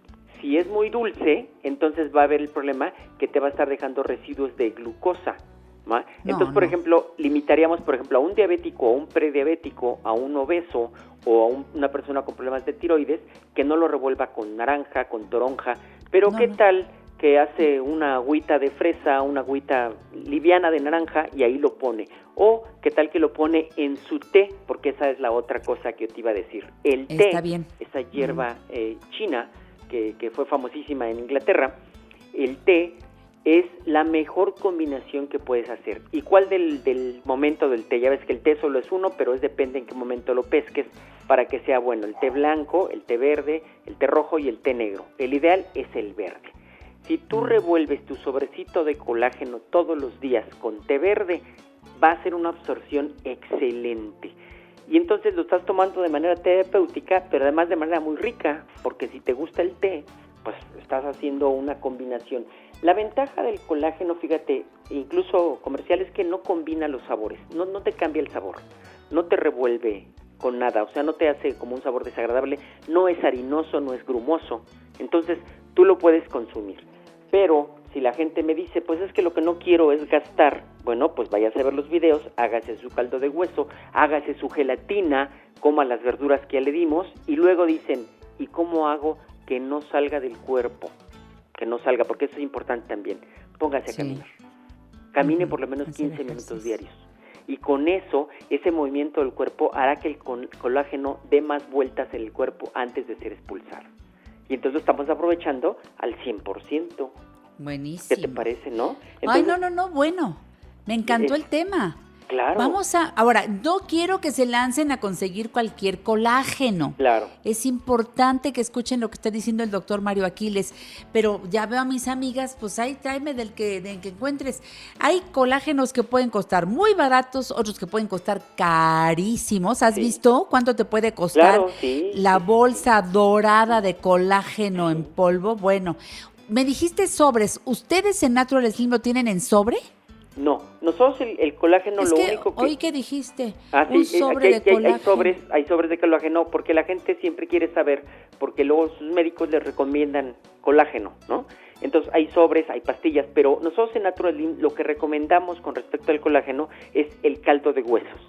[SPEAKER 18] si es muy dulce, entonces va a haber el problema que te va a estar dejando residuos de glucosa. ¿va?
[SPEAKER 6] No,
[SPEAKER 18] entonces, por
[SPEAKER 6] no.
[SPEAKER 18] ejemplo, limitaríamos, por ejemplo, a un diabético, a un prediabético, a un obeso o a un, una persona con problemas de tiroides, que no lo revuelva con naranja, con toronja. Pero
[SPEAKER 6] No,
[SPEAKER 18] ¿qué
[SPEAKER 6] no.
[SPEAKER 18] tal que hace una agüita de fresa, una agüita liviana de naranja y ahí lo pone? O ¿qué tal que lo pone en su té? Porque esa es la otra cosa que yo te iba a decir. El té,
[SPEAKER 6] Está bien.
[SPEAKER 18] esa hierba eh, china, que, que fue famosísima en Inglaterra, el té es la mejor combinación que puedes hacer. ¿Y cuál del, del momento del té? Ya ves que el té solo es uno, pero es depende en qué momento lo pesques para que sea bueno. El té blanco, el té verde, el té rojo y el té negro. El ideal es el verde. Si tú revuelves tu sobrecito de colágeno todos los días con té verde, va a ser una absorción excelente. Y entonces lo estás tomando de manera terapéutica, pero además de manera muy rica, porque si te gusta el té, pues estás haciendo una combinación. La ventaja del colágeno, fíjate, incluso comercial, es que no combina los sabores, no, no te cambia el sabor, no te revuelve con nada, o sea, no te hace como un sabor desagradable, no es harinoso, no es grumoso, entonces tú lo puedes consumir. Pero si la gente me dice, pues es que lo que no quiero es gastar, bueno, pues váyase a ver los videos, hágase su caldo de hueso, hágase su gelatina, coma las verduras que ya le dimos, y luego dicen, ¿y cómo hago que no salga del cuerpo? Que no salga, porque eso es importante también. Póngase a
[SPEAKER 6] Sí.
[SPEAKER 18] caminar. Camine
[SPEAKER 6] Ujú,
[SPEAKER 18] por lo menos
[SPEAKER 6] hacer
[SPEAKER 18] quince
[SPEAKER 6] ejercicio.
[SPEAKER 18] minutos diarios. Y con eso, ese movimiento del cuerpo hará que el con- colágeno dé más vueltas en el cuerpo antes de ser expulsado. Y entonces lo estamos aprovechando al cien por ciento.
[SPEAKER 6] Buenísimo.
[SPEAKER 18] ¿Qué te parece, no?
[SPEAKER 6] Ay,
[SPEAKER 18] Entonces,
[SPEAKER 6] no, no, no, bueno. Me encantó
[SPEAKER 18] es-
[SPEAKER 6] el tema.
[SPEAKER 18] Claro.
[SPEAKER 6] Vamos a, ahora, no quiero que se lancen a conseguir cualquier colágeno.
[SPEAKER 18] Claro.
[SPEAKER 6] Es importante que escuchen lo que está diciendo el doctor Mario Aquiles, pero ya veo a mis amigas, pues ahí tráeme del que, del que encuentres. Hay colágenos que pueden costar muy baratos, otros que pueden costar carísimos. ¿Has
[SPEAKER 18] Sí.
[SPEAKER 6] visto cuánto te puede costar
[SPEAKER 18] Claro, sí,
[SPEAKER 6] la
[SPEAKER 18] sí,
[SPEAKER 6] bolsa dorada de colágeno en polvo? Bueno, me dijiste sobres. ¿Ustedes en Natural Slim lo tienen en sobre?
[SPEAKER 18] No, nosotros el, el colágeno
[SPEAKER 6] Es
[SPEAKER 18] lo
[SPEAKER 6] que
[SPEAKER 18] único que...
[SPEAKER 6] hoy que dijiste,
[SPEAKER 18] Ah, sí,
[SPEAKER 6] un
[SPEAKER 18] eh,
[SPEAKER 6] sobre
[SPEAKER 18] aquí hay,
[SPEAKER 6] de
[SPEAKER 18] aquí hay- hay
[SPEAKER 6] colágeno.
[SPEAKER 18] sobres, hay sobres de colágeno, porque la gente siempre quiere saber, porque luego sus médicos les recomiendan colágeno, ¿no? Entonces hay sobres, hay pastillas, pero nosotros en Natural Slim lo que recomendamos con respecto al colágeno es el caldo de huesos.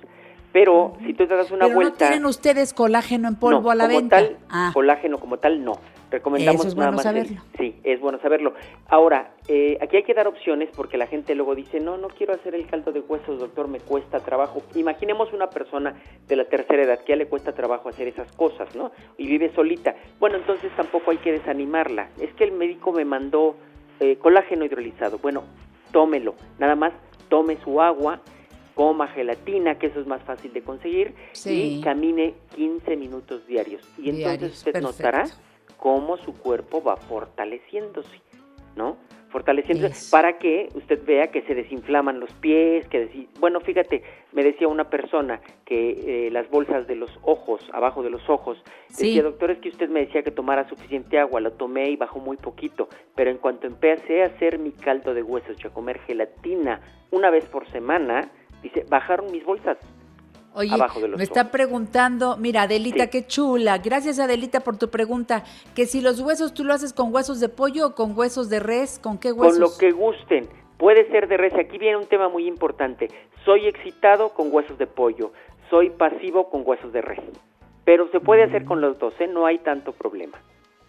[SPEAKER 18] Pero si tú te das una
[SPEAKER 6] Pero
[SPEAKER 18] vuelta...
[SPEAKER 6] ¿no tienen ustedes colágeno en polvo
[SPEAKER 18] no,
[SPEAKER 6] a la
[SPEAKER 18] como
[SPEAKER 6] venta?
[SPEAKER 18] Tal,
[SPEAKER 6] ah.
[SPEAKER 18] colágeno como tal, no. Recomendamos
[SPEAKER 6] Eso es
[SPEAKER 18] nada
[SPEAKER 6] bueno
[SPEAKER 18] más
[SPEAKER 6] saberlo.
[SPEAKER 18] el- sí, es bueno saberlo. Ahora, eh, aquí hay que dar opciones porque la gente luego dice, no, no quiero hacer el caldo de huesos, doctor, me cuesta trabajo. Imaginemos una persona de la tercera edad que ya le cuesta trabajo hacer esas cosas, ¿no? Y vive solita. Bueno, entonces tampoco hay que desanimarla. Es que el médico me mandó eh, colágeno hidrolizado. Bueno, tómelo. Nada más tome su agua, coma gelatina, que eso es más fácil de conseguir,
[SPEAKER 6] Sí.
[SPEAKER 18] y camine quince minutos diarios. Y entonces
[SPEAKER 6] Diarios,
[SPEAKER 18] usted
[SPEAKER 6] perfecto.
[SPEAKER 18] notará cómo su cuerpo va fortaleciéndose, ¿no? Fortaleciéndose para que usted vea que se desinflaman los pies, que desi- bueno, fíjate, me decía una persona que eh, las bolsas de los ojos, abajo de los ojos,
[SPEAKER 6] Sí.
[SPEAKER 18] decía, doctor, es que usted me decía que tomara suficiente agua, lo tomé y bajó muy poquito, pero en cuanto empecé a hacer mi caldo de huesos y a comer gelatina una vez por semana, dice, bajaron mis bolsas.
[SPEAKER 6] Oye,
[SPEAKER 18] abajo de los
[SPEAKER 6] me está preguntando, mira, Adelita,
[SPEAKER 18] Sí.
[SPEAKER 6] qué chula. Gracias, Adelita, por tu pregunta. Que si los huesos tú lo haces con huesos de pollo o con huesos de res, ¿con qué huesos?
[SPEAKER 18] Con lo que gusten. Puede ser de res. Aquí viene un tema muy importante. Soy excitado con huesos de pollo. Soy pasivo con huesos de res. Pero se puede hacer con los dos, ¿eh? No hay tanto problema.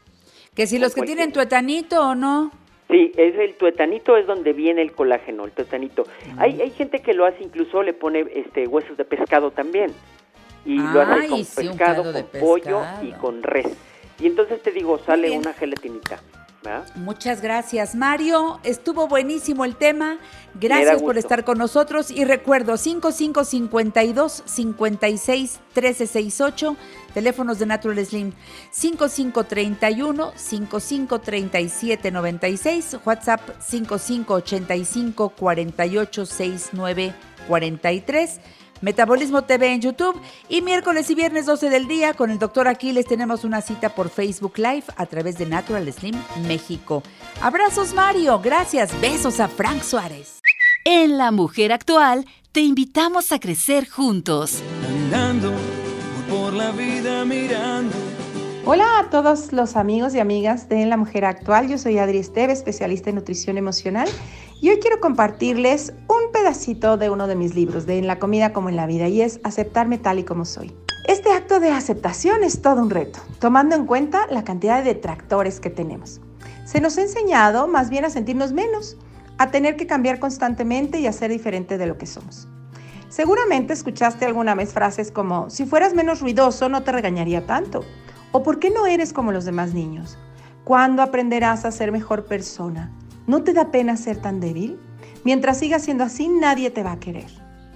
[SPEAKER 6] Que si los que
[SPEAKER 18] cualquiera.
[SPEAKER 6] tienen tuetanito o no.
[SPEAKER 18] Sí, es el tuetanito es donde viene el colágeno, el tuetanito. Hay hay gente que lo hace, incluso le pone este huesos de pescado también. Y lo hace
[SPEAKER 6] Ay,
[SPEAKER 18] con
[SPEAKER 6] sí, un
[SPEAKER 18] pescado,
[SPEAKER 6] caldo de
[SPEAKER 18] con pollo
[SPEAKER 6] pescado.
[SPEAKER 18] y con res. Y entonces te digo, sale
[SPEAKER 6] bien.
[SPEAKER 18] una gelatinita, ¿verdad?
[SPEAKER 6] Muchas gracias, Mario. Estuvo buenísimo el tema.
[SPEAKER 18] Me
[SPEAKER 6] Gracias
[SPEAKER 18] da
[SPEAKER 6] por
[SPEAKER 18] gusto.
[SPEAKER 6] estar con nosotros. Y recuerdo, cinco cinco cinco dos, cinco seis, uno tres seis ocho, teléfonos de Natural Slim, cinco cinco tres uno, cinco cinco tres siete nueve seis, WhatsApp cinco cinco ocho cinco, cuatro ocho seis nueve cuatro tres. Metabolismo T V en YouTube y miércoles y viernes doce del día con el doctor Aquiles tenemos una cita por Facebook Live a través de Natural Slim México. Abrazos, Mario, gracias, besos a Frank Suárez.
[SPEAKER 4] En La Mujer Actual te invitamos a crecer juntos.
[SPEAKER 5] Andando por la vida mirando.
[SPEAKER 19] Hola a todos los amigos y amigas de La Mujer Actual, yo soy Adri Esteve, especialista en nutrición emocional y hoy quiero compartirles un pedacito de uno de mis libros, de En la comida como en la vida, y es Aceptarme tal y como soy. Este acto de aceptación es todo un reto, tomando en cuenta la cantidad de detractores que tenemos. Se nos ha enseñado más bien a sentirnos menos, a tener que cambiar constantemente y a ser diferente de lo que somos. Seguramente escuchaste alguna vez frases como, si fueras menos ruidoso no te regañaría tanto. ¿O por qué no eres como los demás niños? ¿Cuándo aprenderás a ser mejor persona? ¿No te da pena ser tan débil? Mientras sigas siendo así, nadie te va a querer.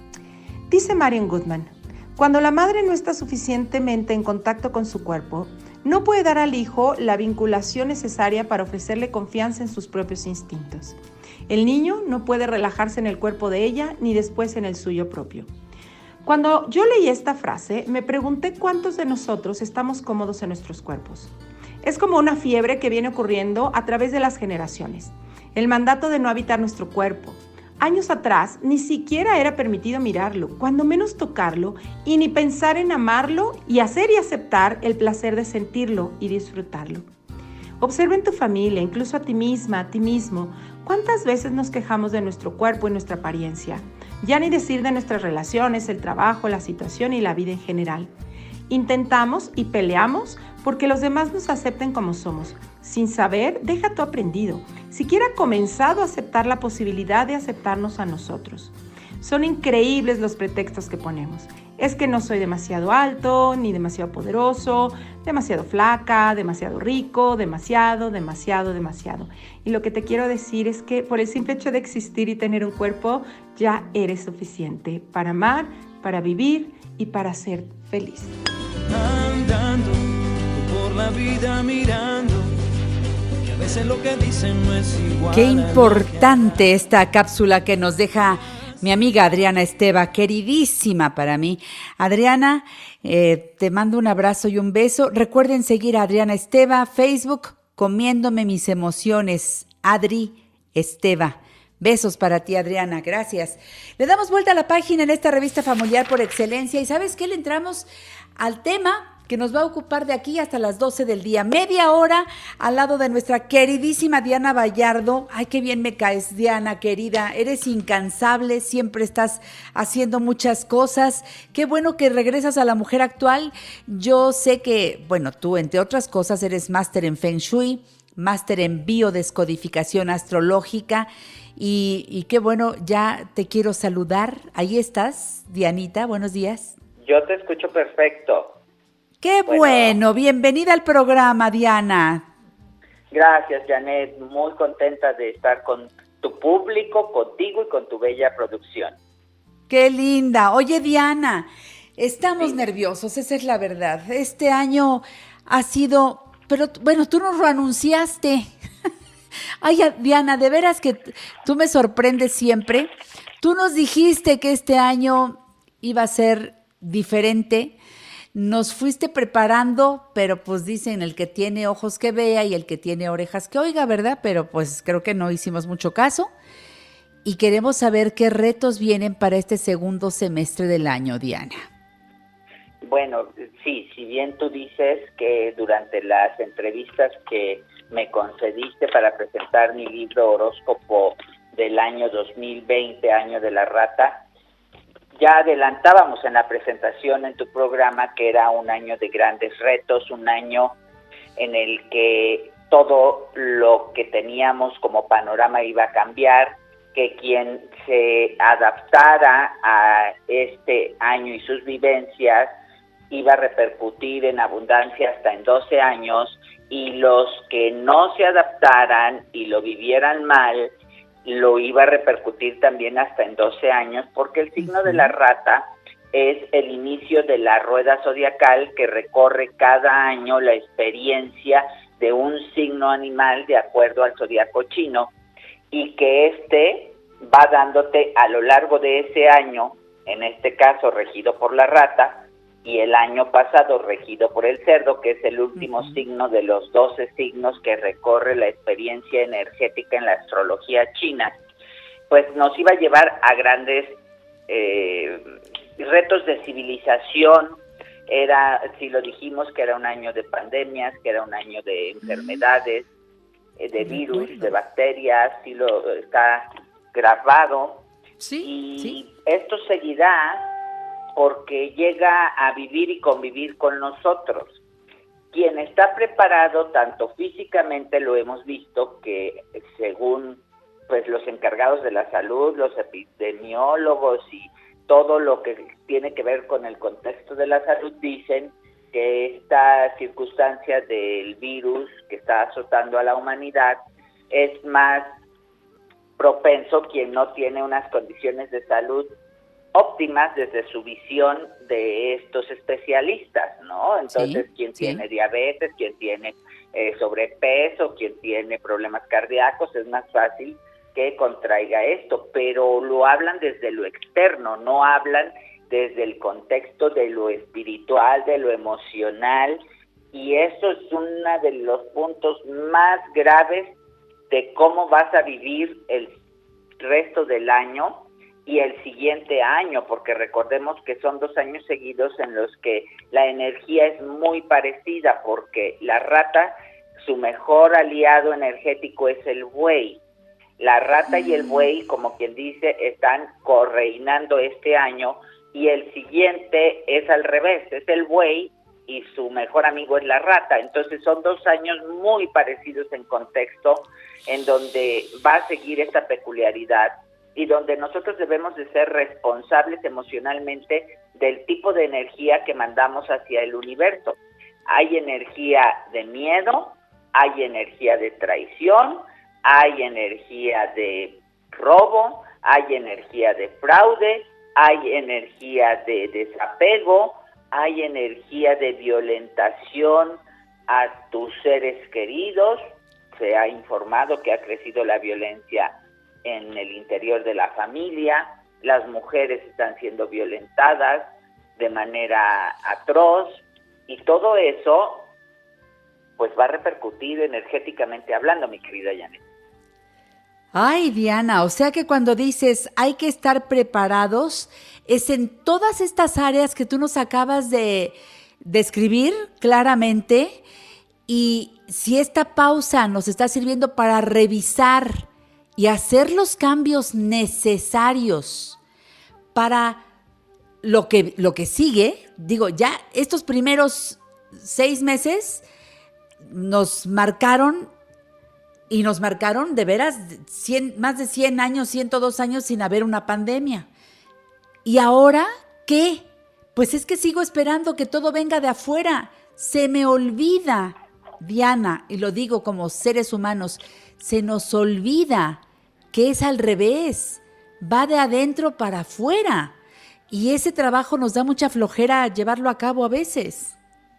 [SPEAKER 19] Dice Marion Goodman, cuando la madre no está suficientemente en contacto con su cuerpo, no puede dar al hijo la vinculación necesaria para ofrecerle confianza en sus propios instintos. El niño no puede relajarse en el cuerpo de ella ni después en el suyo propio. Cuando yo leí esta frase, me pregunté cuántos de nosotros estamos cómodos en nuestros cuerpos. Es como una fiebre que viene ocurriendo a través de las generaciones. El mandato de no habitar nuestro cuerpo. Años atrás, ni siquiera era permitido mirarlo, cuando menos tocarlo, y ni pensar en amarlo y hacer y aceptar el placer de sentirlo y disfrutarlo. Observa en tu familia, incluso a ti misma, a ti mismo, cuántas veces nos quejamos de nuestro cuerpo y nuestra apariencia. Ya ni decir de nuestras relaciones, el trabajo, la situación y la vida en general. Intentamos y peleamos porque los demás nos acepten como somos. Sin saber, deja todo aprendido. Siquiera comenzado a aceptar la posibilidad de aceptarnos a nosotros. Son increíbles los pretextos que ponemos. Es que no soy demasiado alto, ni demasiado poderoso, demasiado flaca, demasiado rico, demasiado, demasiado, demasiado. Y lo que te quiero decir es que por el simple hecho de existir y tener un cuerpo, ya eres suficiente para amar, para vivir y para ser feliz.
[SPEAKER 5] Andando por la vida mirando, y a veces lo que dicen no es igual.
[SPEAKER 6] Qué importante esta cápsula que nos deja mi amiga Adriana Esteva, queridísima para mí. Adriana, eh, te mando un abrazo y un beso. Recuerden seguir a Adriana Esteva, Facebook, Comiéndome mis emociones, Adri Esteva. Besos para ti, Adriana, gracias. Le damos vuelta a la página en esta revista familiar por excelencia y ¿sabes qué? Le entramos al tema que nos va a ocupar de aquí hasta las doce del día. Media hora al lado de nuestra queridísima Diana Vallardo. Ay, qué bien me caes, Diana, querida. Eres incansable, siempre estás haciendo muchas cosas. Qué bueno que regresas a La Mujer Actual. Yo sé que, bueno, tú, entre otras cosas, eres máster en Feng Shui, máster en biodescodificación astrológica. Y, y qué bueno, ya te quiero saludar. Ahí estás, Dianita, buenos días.
[SPEAKER 20] Yo te escucho perfecto.
[SPEAKER 6] Qué bueno. bueno, bienvenida al programa, Diana.
[SPEAKER 20] Gracias, Janet, muy contenta de estar con tu público, contigo y con tu bella producción.
[SPEAKER 6] Qué linda. Oye, Diana, estamos sí. nerviosos, esa es la verdad. Este año ha sido, pero bueno, tú nos lo anunciaste. Ay, Diana, de veras que tú me sorprendes siempre. Tú nos dijiste que este año iba a ser diferente. Nos fuiste preparando, pero pues dicen el que tiene ojos que vea y el que tiene orejas que oiga, ¿verdad? Pero pues creo que no hicimos mucho caso. Y queremos saber qué retos vienen para este segundo semestre del año, Diana.
[SPEAKER 20] Bueno, sí, si bien tú dices que durante las entrevistas que me concediste para presentar mi libro Horóscopo del año dos mil veinte, año de la rata, ya adelantábamos en la presentación en tu programa que era un año de grandes retos, un año en el que todo lo que teníamos como panorama iba a cambiar, que quien se adaptara a este año y sus vivencias iba a repercutir en abundancia hasta en doce años, y los que no se adaptaran y lo vivieran mal, lo iba a repercutir también hasta en doce años, porque el signo de la rata es el inicio de la rueda zodiacal que recorre cada año la experiencia de un signo animal de acuerdo al zodiaco chino, y que este va dándote a lo largo de ese año, en este caso regido por la rata, y el año pasado regido por el cerdo, que es el último uh-huh. signo de los doce signos que recorre la experiencia energética en la astrología china, pues nos iba a llevar a grandes eh, retos de civilización. Era, si lo dijimos, que era un año de pandemias, que era un año de enfermedades, eh, de virus, de bacterias, sí lo está grabado.
[SPEAKER 6] Sí,
[SPEAKER 20] y
[SPEAKER 6] sí.
[SPEAKER 20] esto seguirá porque llega a vivir y convivir con nosotros. Quien está preparado, tanto físicamente, lo hemos visto, que según pues los encargados de la salud, los epidemiólogos y todo lo que tiene que ver con el contexto de la salud, dicen que esta circunstancia del virus que está azotando a la humanidad es más propenso quien no tiene unas condiciones de salud óptimas desde su visión de estos especialistas, ¿no? Entonces, sí, quien sí. tiene diabetes, quien tiene eh, sobrepeso, quien tiene problemas cardíacos, es más fácil que contraiga esto, pero lo hablan desde lo externo, no hablan desde el contexto de lo espiritual, de lo emocional, y eso es uno de los puntos más graves de cómo vas a vivir el resto del año y el siguiente año, porque recordemos que son dos años seguidos en los que la energía es muy parecida, porque la rata, su mejor aliado energético es el buey. La rata y el buey, como quien dice, están correinando este año, y el siguiente es al revés, es el buey y su mejor amigo es la rata. Entonces son dos años muy parecidos en contexto, en donde va a seguir esta peculiaridad y donde nosotros debemos de ser responsables emocionalmente del tipo de energía que mandamos hacia el universo. Hay energía de miedo, hay energía de traición, hay energía de robo, hay energía de fraude, hay energía de desapego, hay energía de violentación a tus seres queridos. Se ha informado que ha crecido la violencia en el interior de la familia, las mujeres están siendo violentadas de manera atroz, y todo eso pues va a repercutir energéticamente hablando, mi querida Janet.
[SPEAKER 6] Ay, Diana, o sea que cuando dices hay que estar preparados, es en todas estas áreas que tú nos acabas de, describir claramente, y si esta pausa nos está sirviendo para revisar y hacer los cambios necesarios para lo que, lo que sigue, digo, ya estos primeros seis meses nos marcaron, y nos marcaron de veras cien, más de cien años, ciento dos años sin haber una pandemia. ¿Y ahora qué? Pues es que sigo esperando que todo venga de afuera. Se me olvida, Diana, y lo digo como seres humanos, se nos olvida que es al revés, va de adentro para afuera. Y ese trabajo nos da mucha flojera llevarlo a cabo a veces.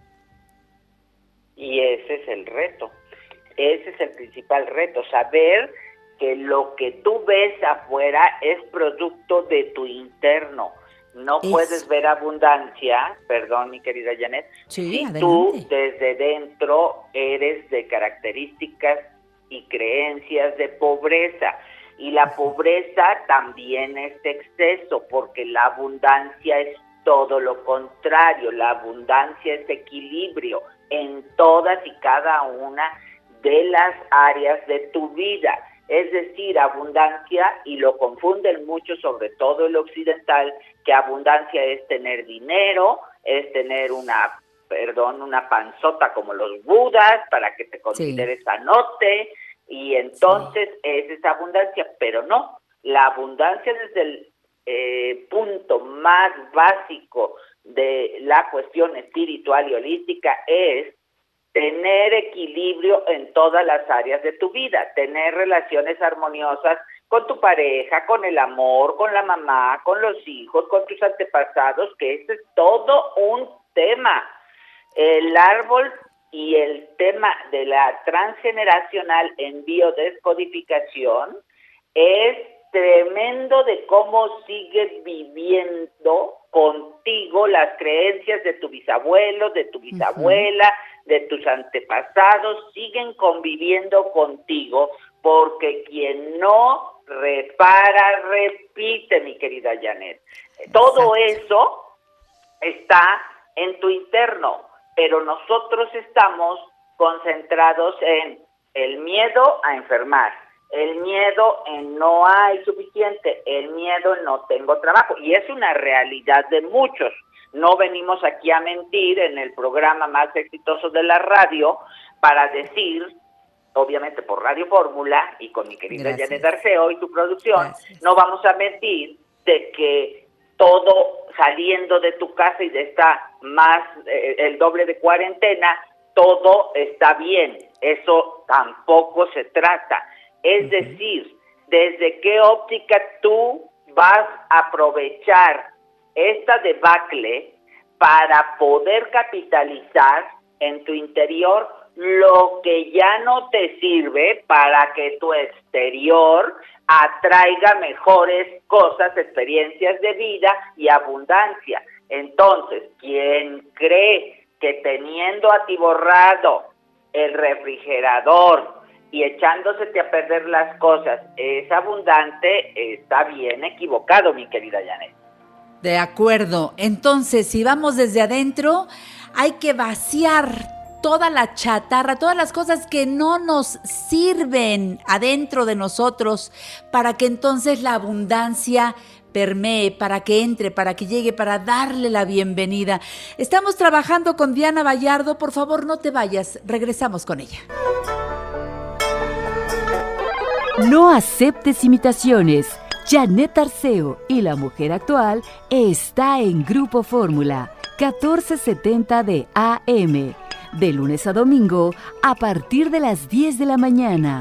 [SPEAKER 20] Y ese es el reto. Ese es el principal reto, saber que lo que tú ves afuera es producto de tu interno. No es... puedes ver abundancia, perdón mi querida Janet,
[SPEAKER 6] sí,
[SPEAKER 20] si
[SPEAKER 6] adelante.
[SPEAKER 20] Tú desde dentro eres de características y creencias de pobreza. Y la pobreza también es exceso, porque la abundancia es todo lo contrario. La abundancia es equilibrio en todas y cada una de las áreas de tu vida, es decir, abundancia, y lo confunden mucho, sobre todo el occidental, que abundancia es tener dinero, es tener una, perdón, una panzota como los budas, para que te consideres sanote, y entonces sí. Esa es abundancia, pero no, la abundancia desde el eh, punto más básico de la cuestión espiritual y holística es tener equilibrio en todas las áreas de tu vida, tener relaciones armoniosas con tu pareja, con el amor, con la mamá, con los hijos, con tus antepasados, que ese es todo un tema. El árbol y el tema de la transgeneracional en biodescodificación es tremendo de cómo sigue viviendo contigo las creencias de tu bisabuelo, de tu bisabuela, uh-huh. de tus antepasados, siguen conviviendo contigo, porque quien no repara, repite, mi querida Janet. Todo eso está en tu interno, pero nosotros estamos concentrados en el miedo a enfermar, el miedo en no hay suficiente, el miedo en no tengo trabajo, y es una realidad de muchos. No venimos aquí a mentir en el programa más exitoso de la radio para decir, obviamente por Radio Fórmula y con mi querida Gracias. Janet Arceo y su producción, Gracias. No vamos a mentir de que todo saliendo de tu casa y de esta más, eh, el doble de cuarentena, todo está bien. Eso tampoco se trata. Es uh-huh. decir, ¿desde qué óptica tú vas a aprovechar esta debacle para poder capitalizar en tu interior lo que ya no te sirve para que tu exterior atraiga mejores cosas, experiencias de vida y abundancia? Entonces, quien cree que teniendo atiborrado el refrigerador y echándosete a perder las cosas es abundante, está bien equivocado, mi querida Janet.
[SPEAKER 6] De acuerdo. Entonces, si vamos desde adentro, hay que vaciar toda la chatarra, todas las cosas que no nos sirven adentro de nosotros, para que entonces la abundancia permee, para que entre, para que llegue, para darle la bienvenida. Estamos trabajando con Diana Bayardo. Por favor, no te vayas. Regresamos con ella.
[SPEAKER 4] No aceptes imitaciones. Janet Arceo y la mujer actual está en Grupo Fórmula, catorce setenta de A M, de lunes a domingo a partir de las diez de la mañana.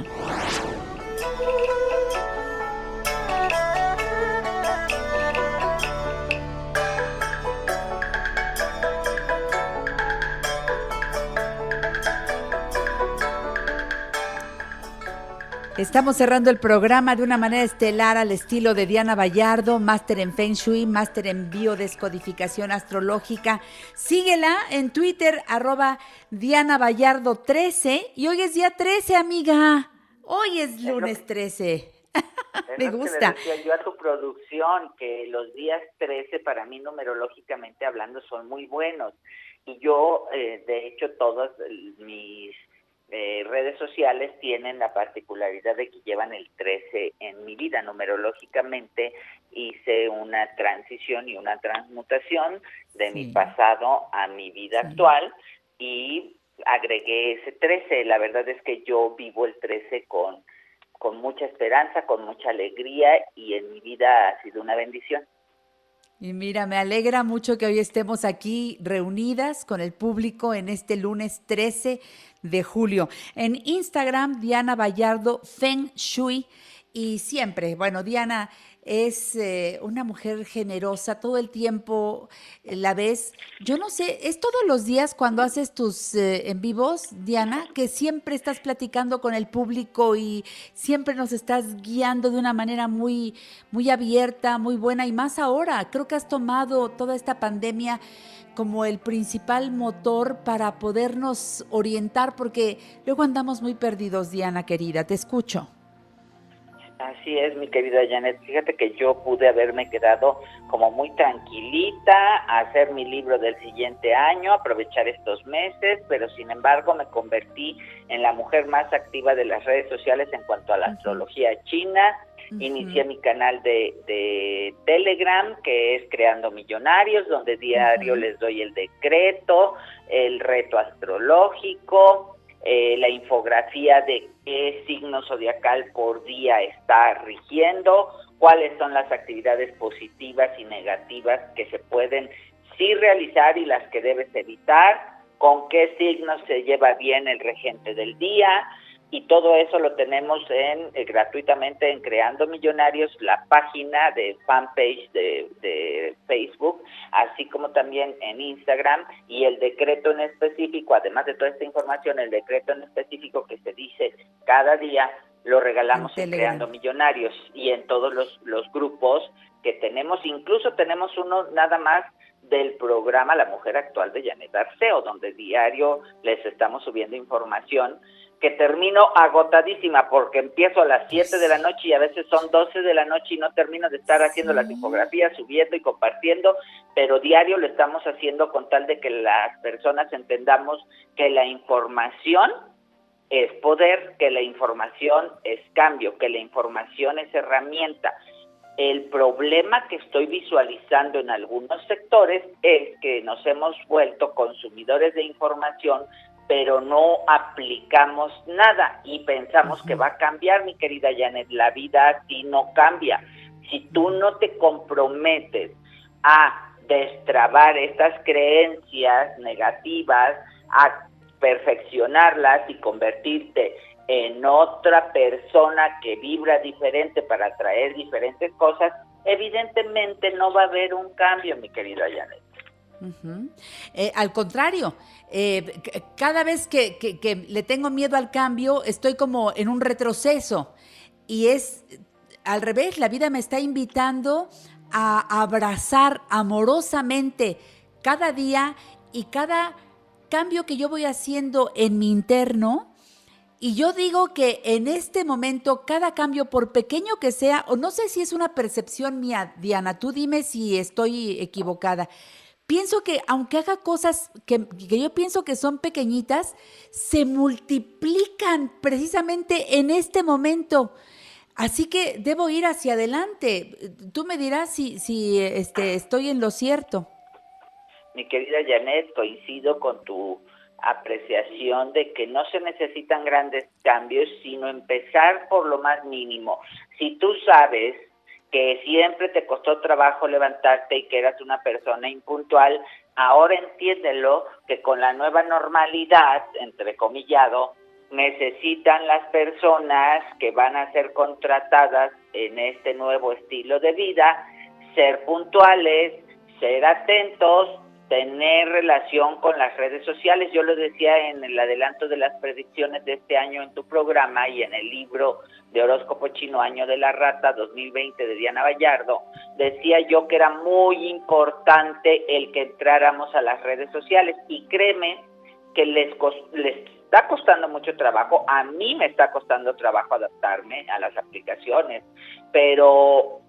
[SPEAKER 6] Estamos cerrando el programa de una manera estelar al estilo de Diana Bayardo, máster en Feng Shui, máster en biodescodificación astrológica. Síguela en Twitter, arroba Diana Bayardo trece. Y hoy es día trece, amiga. Hoy es lunes trece. Me gusta.
[SPEAKER 20] Le decía yo a tu producción que los días trece para mí numerológicamente hablando son muy buenos. y yo, eh, de hecho, todas mis eh, redes sociales tienen la particularidad de que llevan el trece en mi vida. Numerológicamente hice una transición y una transmutación de sí. mi pasado a mi vida sí. actual y agregué ese trece. La verdad es que yo vivo el trece con, con mucha esperanza, con mucha alegría, y en mi vida ha sido una bendición.
[SPEAKER 6] Y mira, me alegra mucho que hoy estemos aquí reunidas con el público en este lunes trece de julio. En Instagram, Diana Vallardo Feng Shui. Y siempre, bueno, Diana es eh, una mujer generosa, todo el tiempo eh, la ves. Yo no sé, ¿es todos los días cuando haces tus eh, en vivos, Diana, que siempre estás platicando con el público y siempre nos estás guiando de una manera muy, muy abierta, muy buena? Y más ahora, creo que has tomado toda esta pandemia como el principal motor para podernos orientar, porque luego andamos muy perdidos, Diana querida. Te escucho.
[SPEAKER 20] Así es, mi querida Janet. Fíjate que yo pude haberme quedado como muy tranquilita, hacer mi libro del siguiente año, aprovechar estos meses, pero sin embargo me convertí en la mujer más activa de las redes sociales en cuanto a la uh-huh. astrología china. Uh-huh. Inicié mi canal de, de Telegram, que es Creando Millonarios, donde diario uh-huh. les doy el decreto, el reto astrológico, Eh, la infografía de qué signo zodiacal por día está rigiendo, cuáles son las actividades positivas y negativas que se pueden sí realizar y las que debes evitar, con qué signos se lleva bien el regente del día, y todo eso lo tenemos en eh, gratuitamente en Creando Millonarios, la página de fanpage de, de Facebook, así como también en Instagram, y el decreto en específico, además de toda esta información, el decreto en específico que se dice cada día, lo regalamos en, en Creando Millonarios y en todos los, los grupos que tenemos. Incluso tenemos uno nada más del programa La Mujer Actual de Janet Arceo, donde diario les estamos subiendo información, que termino agotadísima porque empiezo a las siete de la noche y a veces son doce de la noche y no termino de estar haciendo sí. las infografías, subiendo y compartiendo, pero diario lo estamos haciendo con tal de que las personas entendamos que la información es poder, que la información es cambio, que la información es herramienta. El problema que estoy visualizando en algunos sectores es que nos hemos vuelto consumidores de información, pero no aplicamos nada y pensamos uh-huh. que va a cambiar, mi querida Janet. La vida así no cambia. Si tú no te comprometes a destrabar estas creencias negativas, a perfeccionarlas y convertirte en otra persona que vibra diferente para atraer diferentes cosas, evidentemente no va a haber un cambio, mi querida Janet.
[SPEAKER 6] Uh-huh. Eh, al contrario, eh, cada vez que, que, que le tengo miedo al cambio, estoy como en un retroceso, y es al revés. La vida me está invitando a abrazar amorosamente cada día y cada cambio que yo voy haciendo en mi interno. Y yo digo que en este momento cada cambio, por pequeño que sea, o no sé si es una percepción mía, Diana, tú dime si estoy equivocada, pienso que aunque haga cosas que, que yo pienso que son pequeñitas, se multiplican precisamente en este momento. Así que debo ir hacia adelante. Tú me dirás si, si este, estoy en lo cierto.
[SPEAKER 20] Mi querida Janet, coincido con tu apreciación de que no se necesitan grandes cambios, sino empezar por lo más mínimo. Si tú sabes que siempre te costó trabajo levantarte y que eras una persona impuntual, ahora entiéndelo que con la nueva normalidad, entrecomillado, necesitan las personas que van a ser contratadas en este nuevo estilo de vida, ser puntuales, ser atentos, tener relación con las redes sociales. Yo lo decía en el adelanto de las predicciones de este año en tu programa y en el libro de Horóscopo Chino Año de la Rata dos mil veinte de Diana Vallardo, decía yo que era muy importante el que entráramos a las redes sociales, y créeme que les, les está costando mucho trabajo. A mí me está costando trabajo adaptarme a las aplicaciones, pero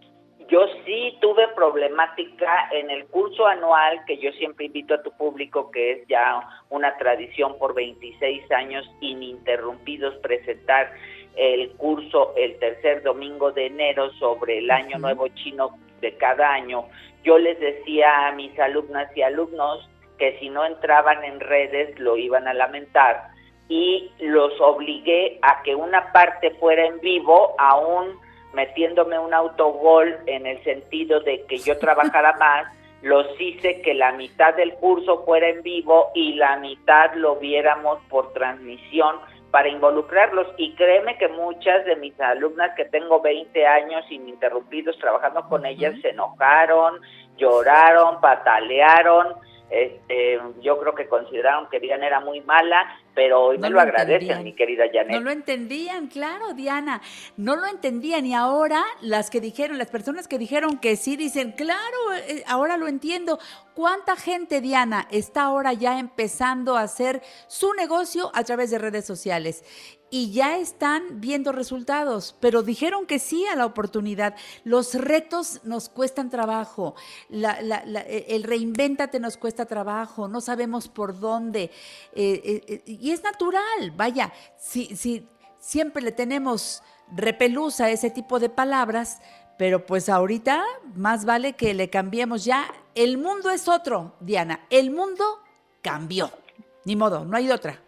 [SPEAKER 20] yo sí tuve problemática en el curso anual que yo siempre invito a tu público, que es ya una tradición por veintiséis años ininterrumpidos presentar el curso el tercer domingo de enero sobre el Año Nuevo Chino de cada año. Yo les decía a mis alumnas y alumnos que si no entraban en redes lo iban a lamentar, y los obligué a que una parte fuera en vivo, aún metiéndome un autogol en el sentido de que yo trabajara más. Los hice que la mitad del curso fuera en vivo y la mitad lo viéramos por transmisión para involucrarlos, y créeme que muchas de mis alumnas, que tengo veinte años ininterrumpidos trabajando con ellas, se enojaron, lloraron, patalearon. Este, yo creo que consideraron que Diana era muy mala, pero hoy
[SPEAKER 6] No
[SPEAKER 20] me
[SPEAKER 6] lo
[SPEAKER 20] lo agradecen,
[SPEAKER 6] entendían.
[SPEAKER 20] mi querida Janet.
[SPEAKER 6] No lo entendían, claro, Diana, no lo entendían, y ahora las que dijeron, las personas que dijeron que sí, dicen, claro, eh, ahora lo entiendo. ¿Cuánta gente, Diana, está ahora ya empezando a hacer su negocio a través de redes sociales? Y ya están viendo resultados, pero dijeron que sí a la oportunidad. Los retos nos cuestan trabajo, la, la, la, el reinvéntate nos cuesta trabajo, no sabemos por dónde, eh, eh, y es natural, vaya, si, si siempre le tenemos repelús a ese tipo de palabras, pero pues ahorita más vale que le cambiemos ya. El mundo es otro, Diana, el mundo cambió, ni modo, no hay otra.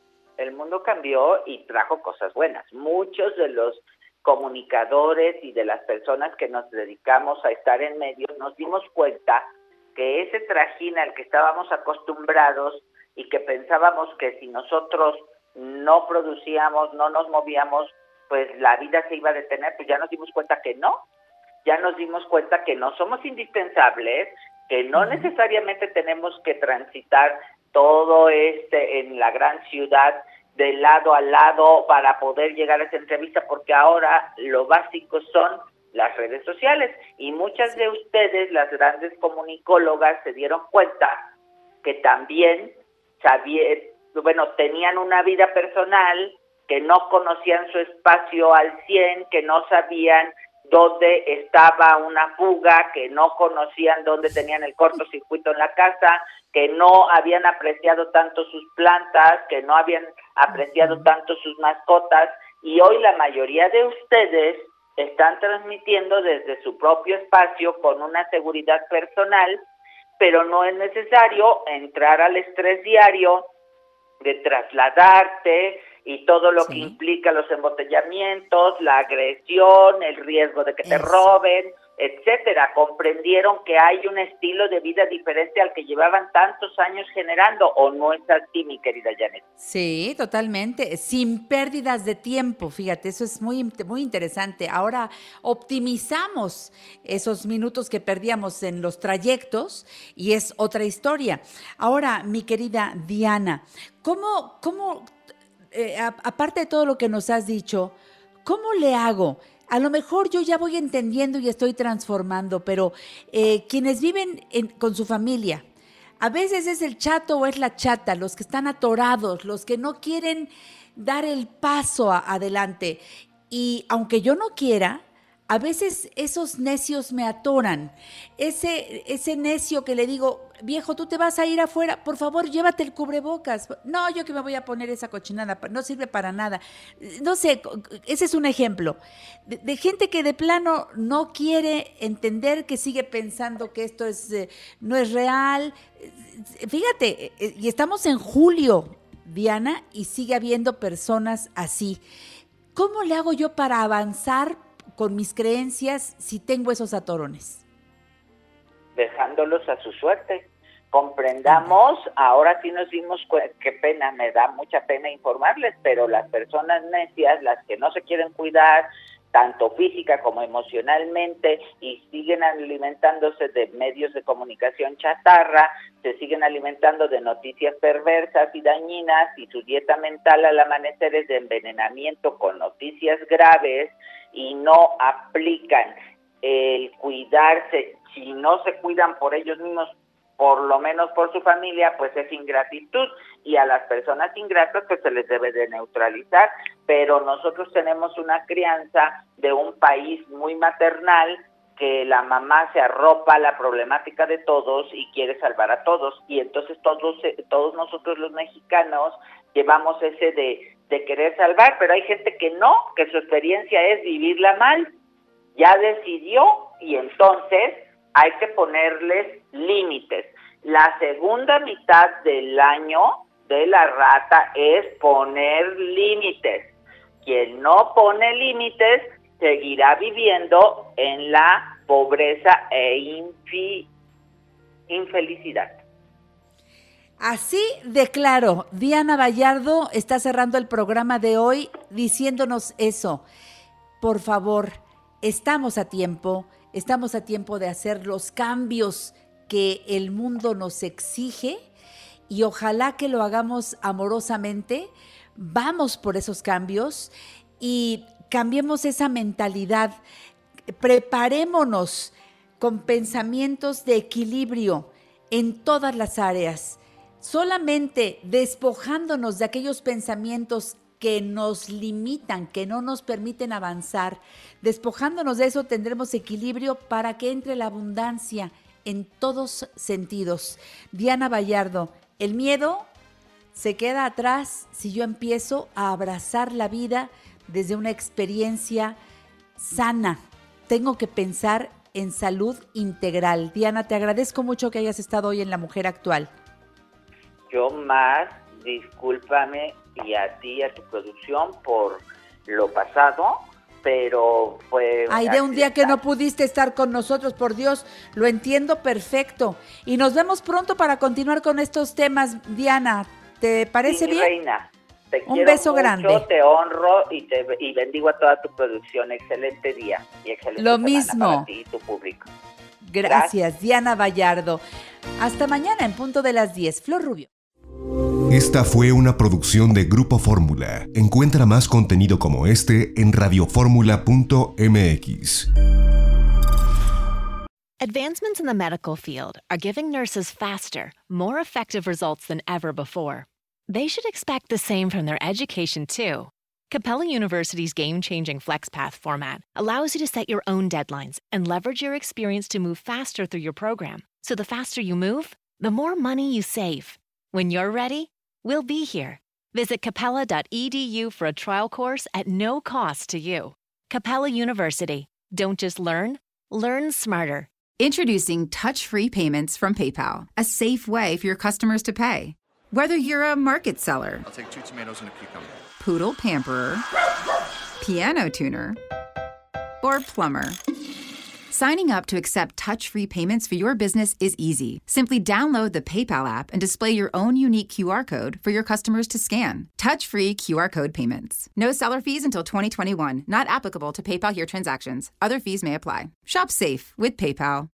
[SPEAKER 20] El mundo cambió y trajo cosas buenas. Muchos de los comunicadores y de las personas que nos dedicamos a estar en medios nos dimos cuenta que ese trajín al que estábamos acostumbrados y que pensábamos que si nosotros no producíamos, no nos movíamos, pues la vida se iba a detener, pues ya nos dimos cuenta que no. Ya nos dimos cuenta que no somos indispensables, que no necesariamente tenemos que transitar todo este en la gran ciudad de lado a lado para poder llegar a esa entrevista, porque ahora lo básico son las redes sociales, y muchas de ustedes, las grandes comunicólogas, se dieron cuenta que también sabían, bueno, tenían una vida personal, que no conocían su espacio al cien, que no sabían dónde estaba una fuga, que no conocían dónde tenían el cortocircuito en la casa, que no habían apreciado tanto sus plantas, que no habían apreciado tanto sus mascotas, y hoy la mayoría de ustedes están transmitiendo desde su propio espacio con una seguridad personal, pero no es necesario entrar al estrés diario de trasladarte y todo lo sí. que implica los embotellamientos, la agresión, el riesgo de que te Eso. roben, etcétera. Comprendieron que hay un estilo de vida diferente al que llevaban tantos años generando, ¿o no es así, mi querida Janet?
[SPEAKER 6] Sí, totalmente, sin pérdidas de tiempo, fíjate, eso es muy, muy interesante. Ahora optimizamos esos minutos que perdíamos en los trayectos y es otra historia. Ahora, mi querida Diana, ¿cómo, cómo eh, a, aparte de todo lo que nos has dicho, cómo le hago? A lo mejor yo ya voy entendiendo y estoy transformando, pero eh, quienes viven en, con su familia, a veces es el chato o es la chata, los que están atorados, los que no quieren dar el paso a, adelante. Y aunque yo no quiera, a veces esos necios me atoran. Ese, ese necio que le digo, viejo, tú te vas a ir afuera, por favor, llévate el cubrebocas. No, yo que me voy a poner esa cochinada, no sirve para nada. No sé, ese es un ejemplo. De, de gente que de plano no quiere entender, que sigue pensando que esto es eh, no es real. Fíjate, eh, y estamos en julio, Diana, y sigue habiendo personas así. ¿Cómo le hago yo para avanzar con mis creencias si tengo esos atorones?
[SPEAKER 20] Dejándolos a su suerte. Comprendamos, ahora sí nos dimos cuenta, qué pena, me da mucha pena informarles, pero las personas necias, las que no se quieren cuidar, tanto física como emocionalmente, y siguen alimentándose de medios de comunicación chatarra, se siguen alimentando de noticias perversas y dañinas, y su dieta mental al amanecer es de envenenamiento con noticias graves, y no aplican el cuidarse. Si no se cuidan por ellos mismos, por lo menos por su familia, pues es ingratitud, y a las personas ingratas pues se les debe de neutralizar. Pero nosotros tenemos una crianza de un país muy maternal que la mamá se arropa a la problemática de todos y quiere salvar a todos, y entonces todos todos nosotros los mexicanos llevamos ese de, de querer salvar, pero hay gente que no, que su experiencia es vivirla mal, ya decidió, y entonces hay que ponerles límites. La segunda mitad del año de la rata es poner límites. Quien no pone límites seguirá viviendo en la pobreza e infi, infelicidad.
[SPEAKER 6] Así de claro, Diana Vallardo está cerrando el programa de hoy diciéndonos eso. Por favor, estamos a tiempo, estamos a tiempo de hacer los cambios que el mundo nos exige y ojalá que lo hagamos amorosamente. Vamos por esos cambios y cambiemos esa mentalidad. Preparémonos con pensamientos de equilibrio en todas las áreas. Solamente despojándonos de aquellos pensamientos que nos limitan, que no nos permiten avanzar, despojándonos de eso tendremos equilibrio para que entre la abundancia en todos sentidos. Diana Vallardo, el miedo se queda atrás si yo empiezo a abrazar la vida desde una experiencia sana. Tengo que pensar en salud integral. Diana, te agradezco mucho que hayas estado hoy en La Mujer Actual.
[SPEAKER 20] Yo más, discúlpame, y a ti y a tu producción por lo pasado, pero fue...
[SPEAKER 6] Ay, de un día que no pudiste estar con nosotros, por Dios, lo entiendo perfecto. Y nos vemos pronto para continuar con estos temas, Diana. ¿Te parece
[SPEAKER 20] sí,
[SPEAKER 6] bien?
[SPEAKER 20] Reina, te
[SPEAKER 6] un
[SPEAKER 20] quiero
[SPEAKER 6] beso
[SPEAKER 20] mucho,
[SPEAKER 6] grande.
[SPEAKER 20] Te honro y, te, y bendigo a toda tu producción. Excelente día y excelente
[SPEAKER 6] Lo
[SPEAKER 20] semana
[SPEAKER 6] mismo.
[SPEAKER 20] para ti y tu público.
[SPEAKER 6] Gracias, Gracias, Diana Vallardo. Hasta mañana en punto de las diez. Flor Rubio.
[SPEAKER 3] Esta fue una producción de Grupo Fórmula. Encuentra más contenido como este en radioformula punto m x.
[SPEAKER 21] Advancements in the medical field are giving nurses faster, more effective results than ever before. They should expect the same from their education, too. Capella University's game-changing FlexPath format allows you to set your own deadlines and leverage your experience to move faster through your program. So the faster you move, the more money you save. When you're ready, we'll be here. Visit capella dot e d u for a trial course at no cost to you. Capella University. Don't just learn, learn smarter.
[SPEAKER 22] Introducing touch-free payments from PayPal, a safe way for your customers to pay. Whether you're a market seller,
[SPEAKER 23] I'll take two tomatoes and a cucumber,
[SPEAKER 22] poodle pamperer, piano tuner, or plumber, signing up to accept touch-free payments for your business is easy. Simply download the PayPal app and display your own unique Q R code for your customers to scan. Touch-free Q R code payments. No seller fees until twenty twenty-one. Not applicable to PayPal Here transactions. Other fees may apply. Shop safe with PayPal.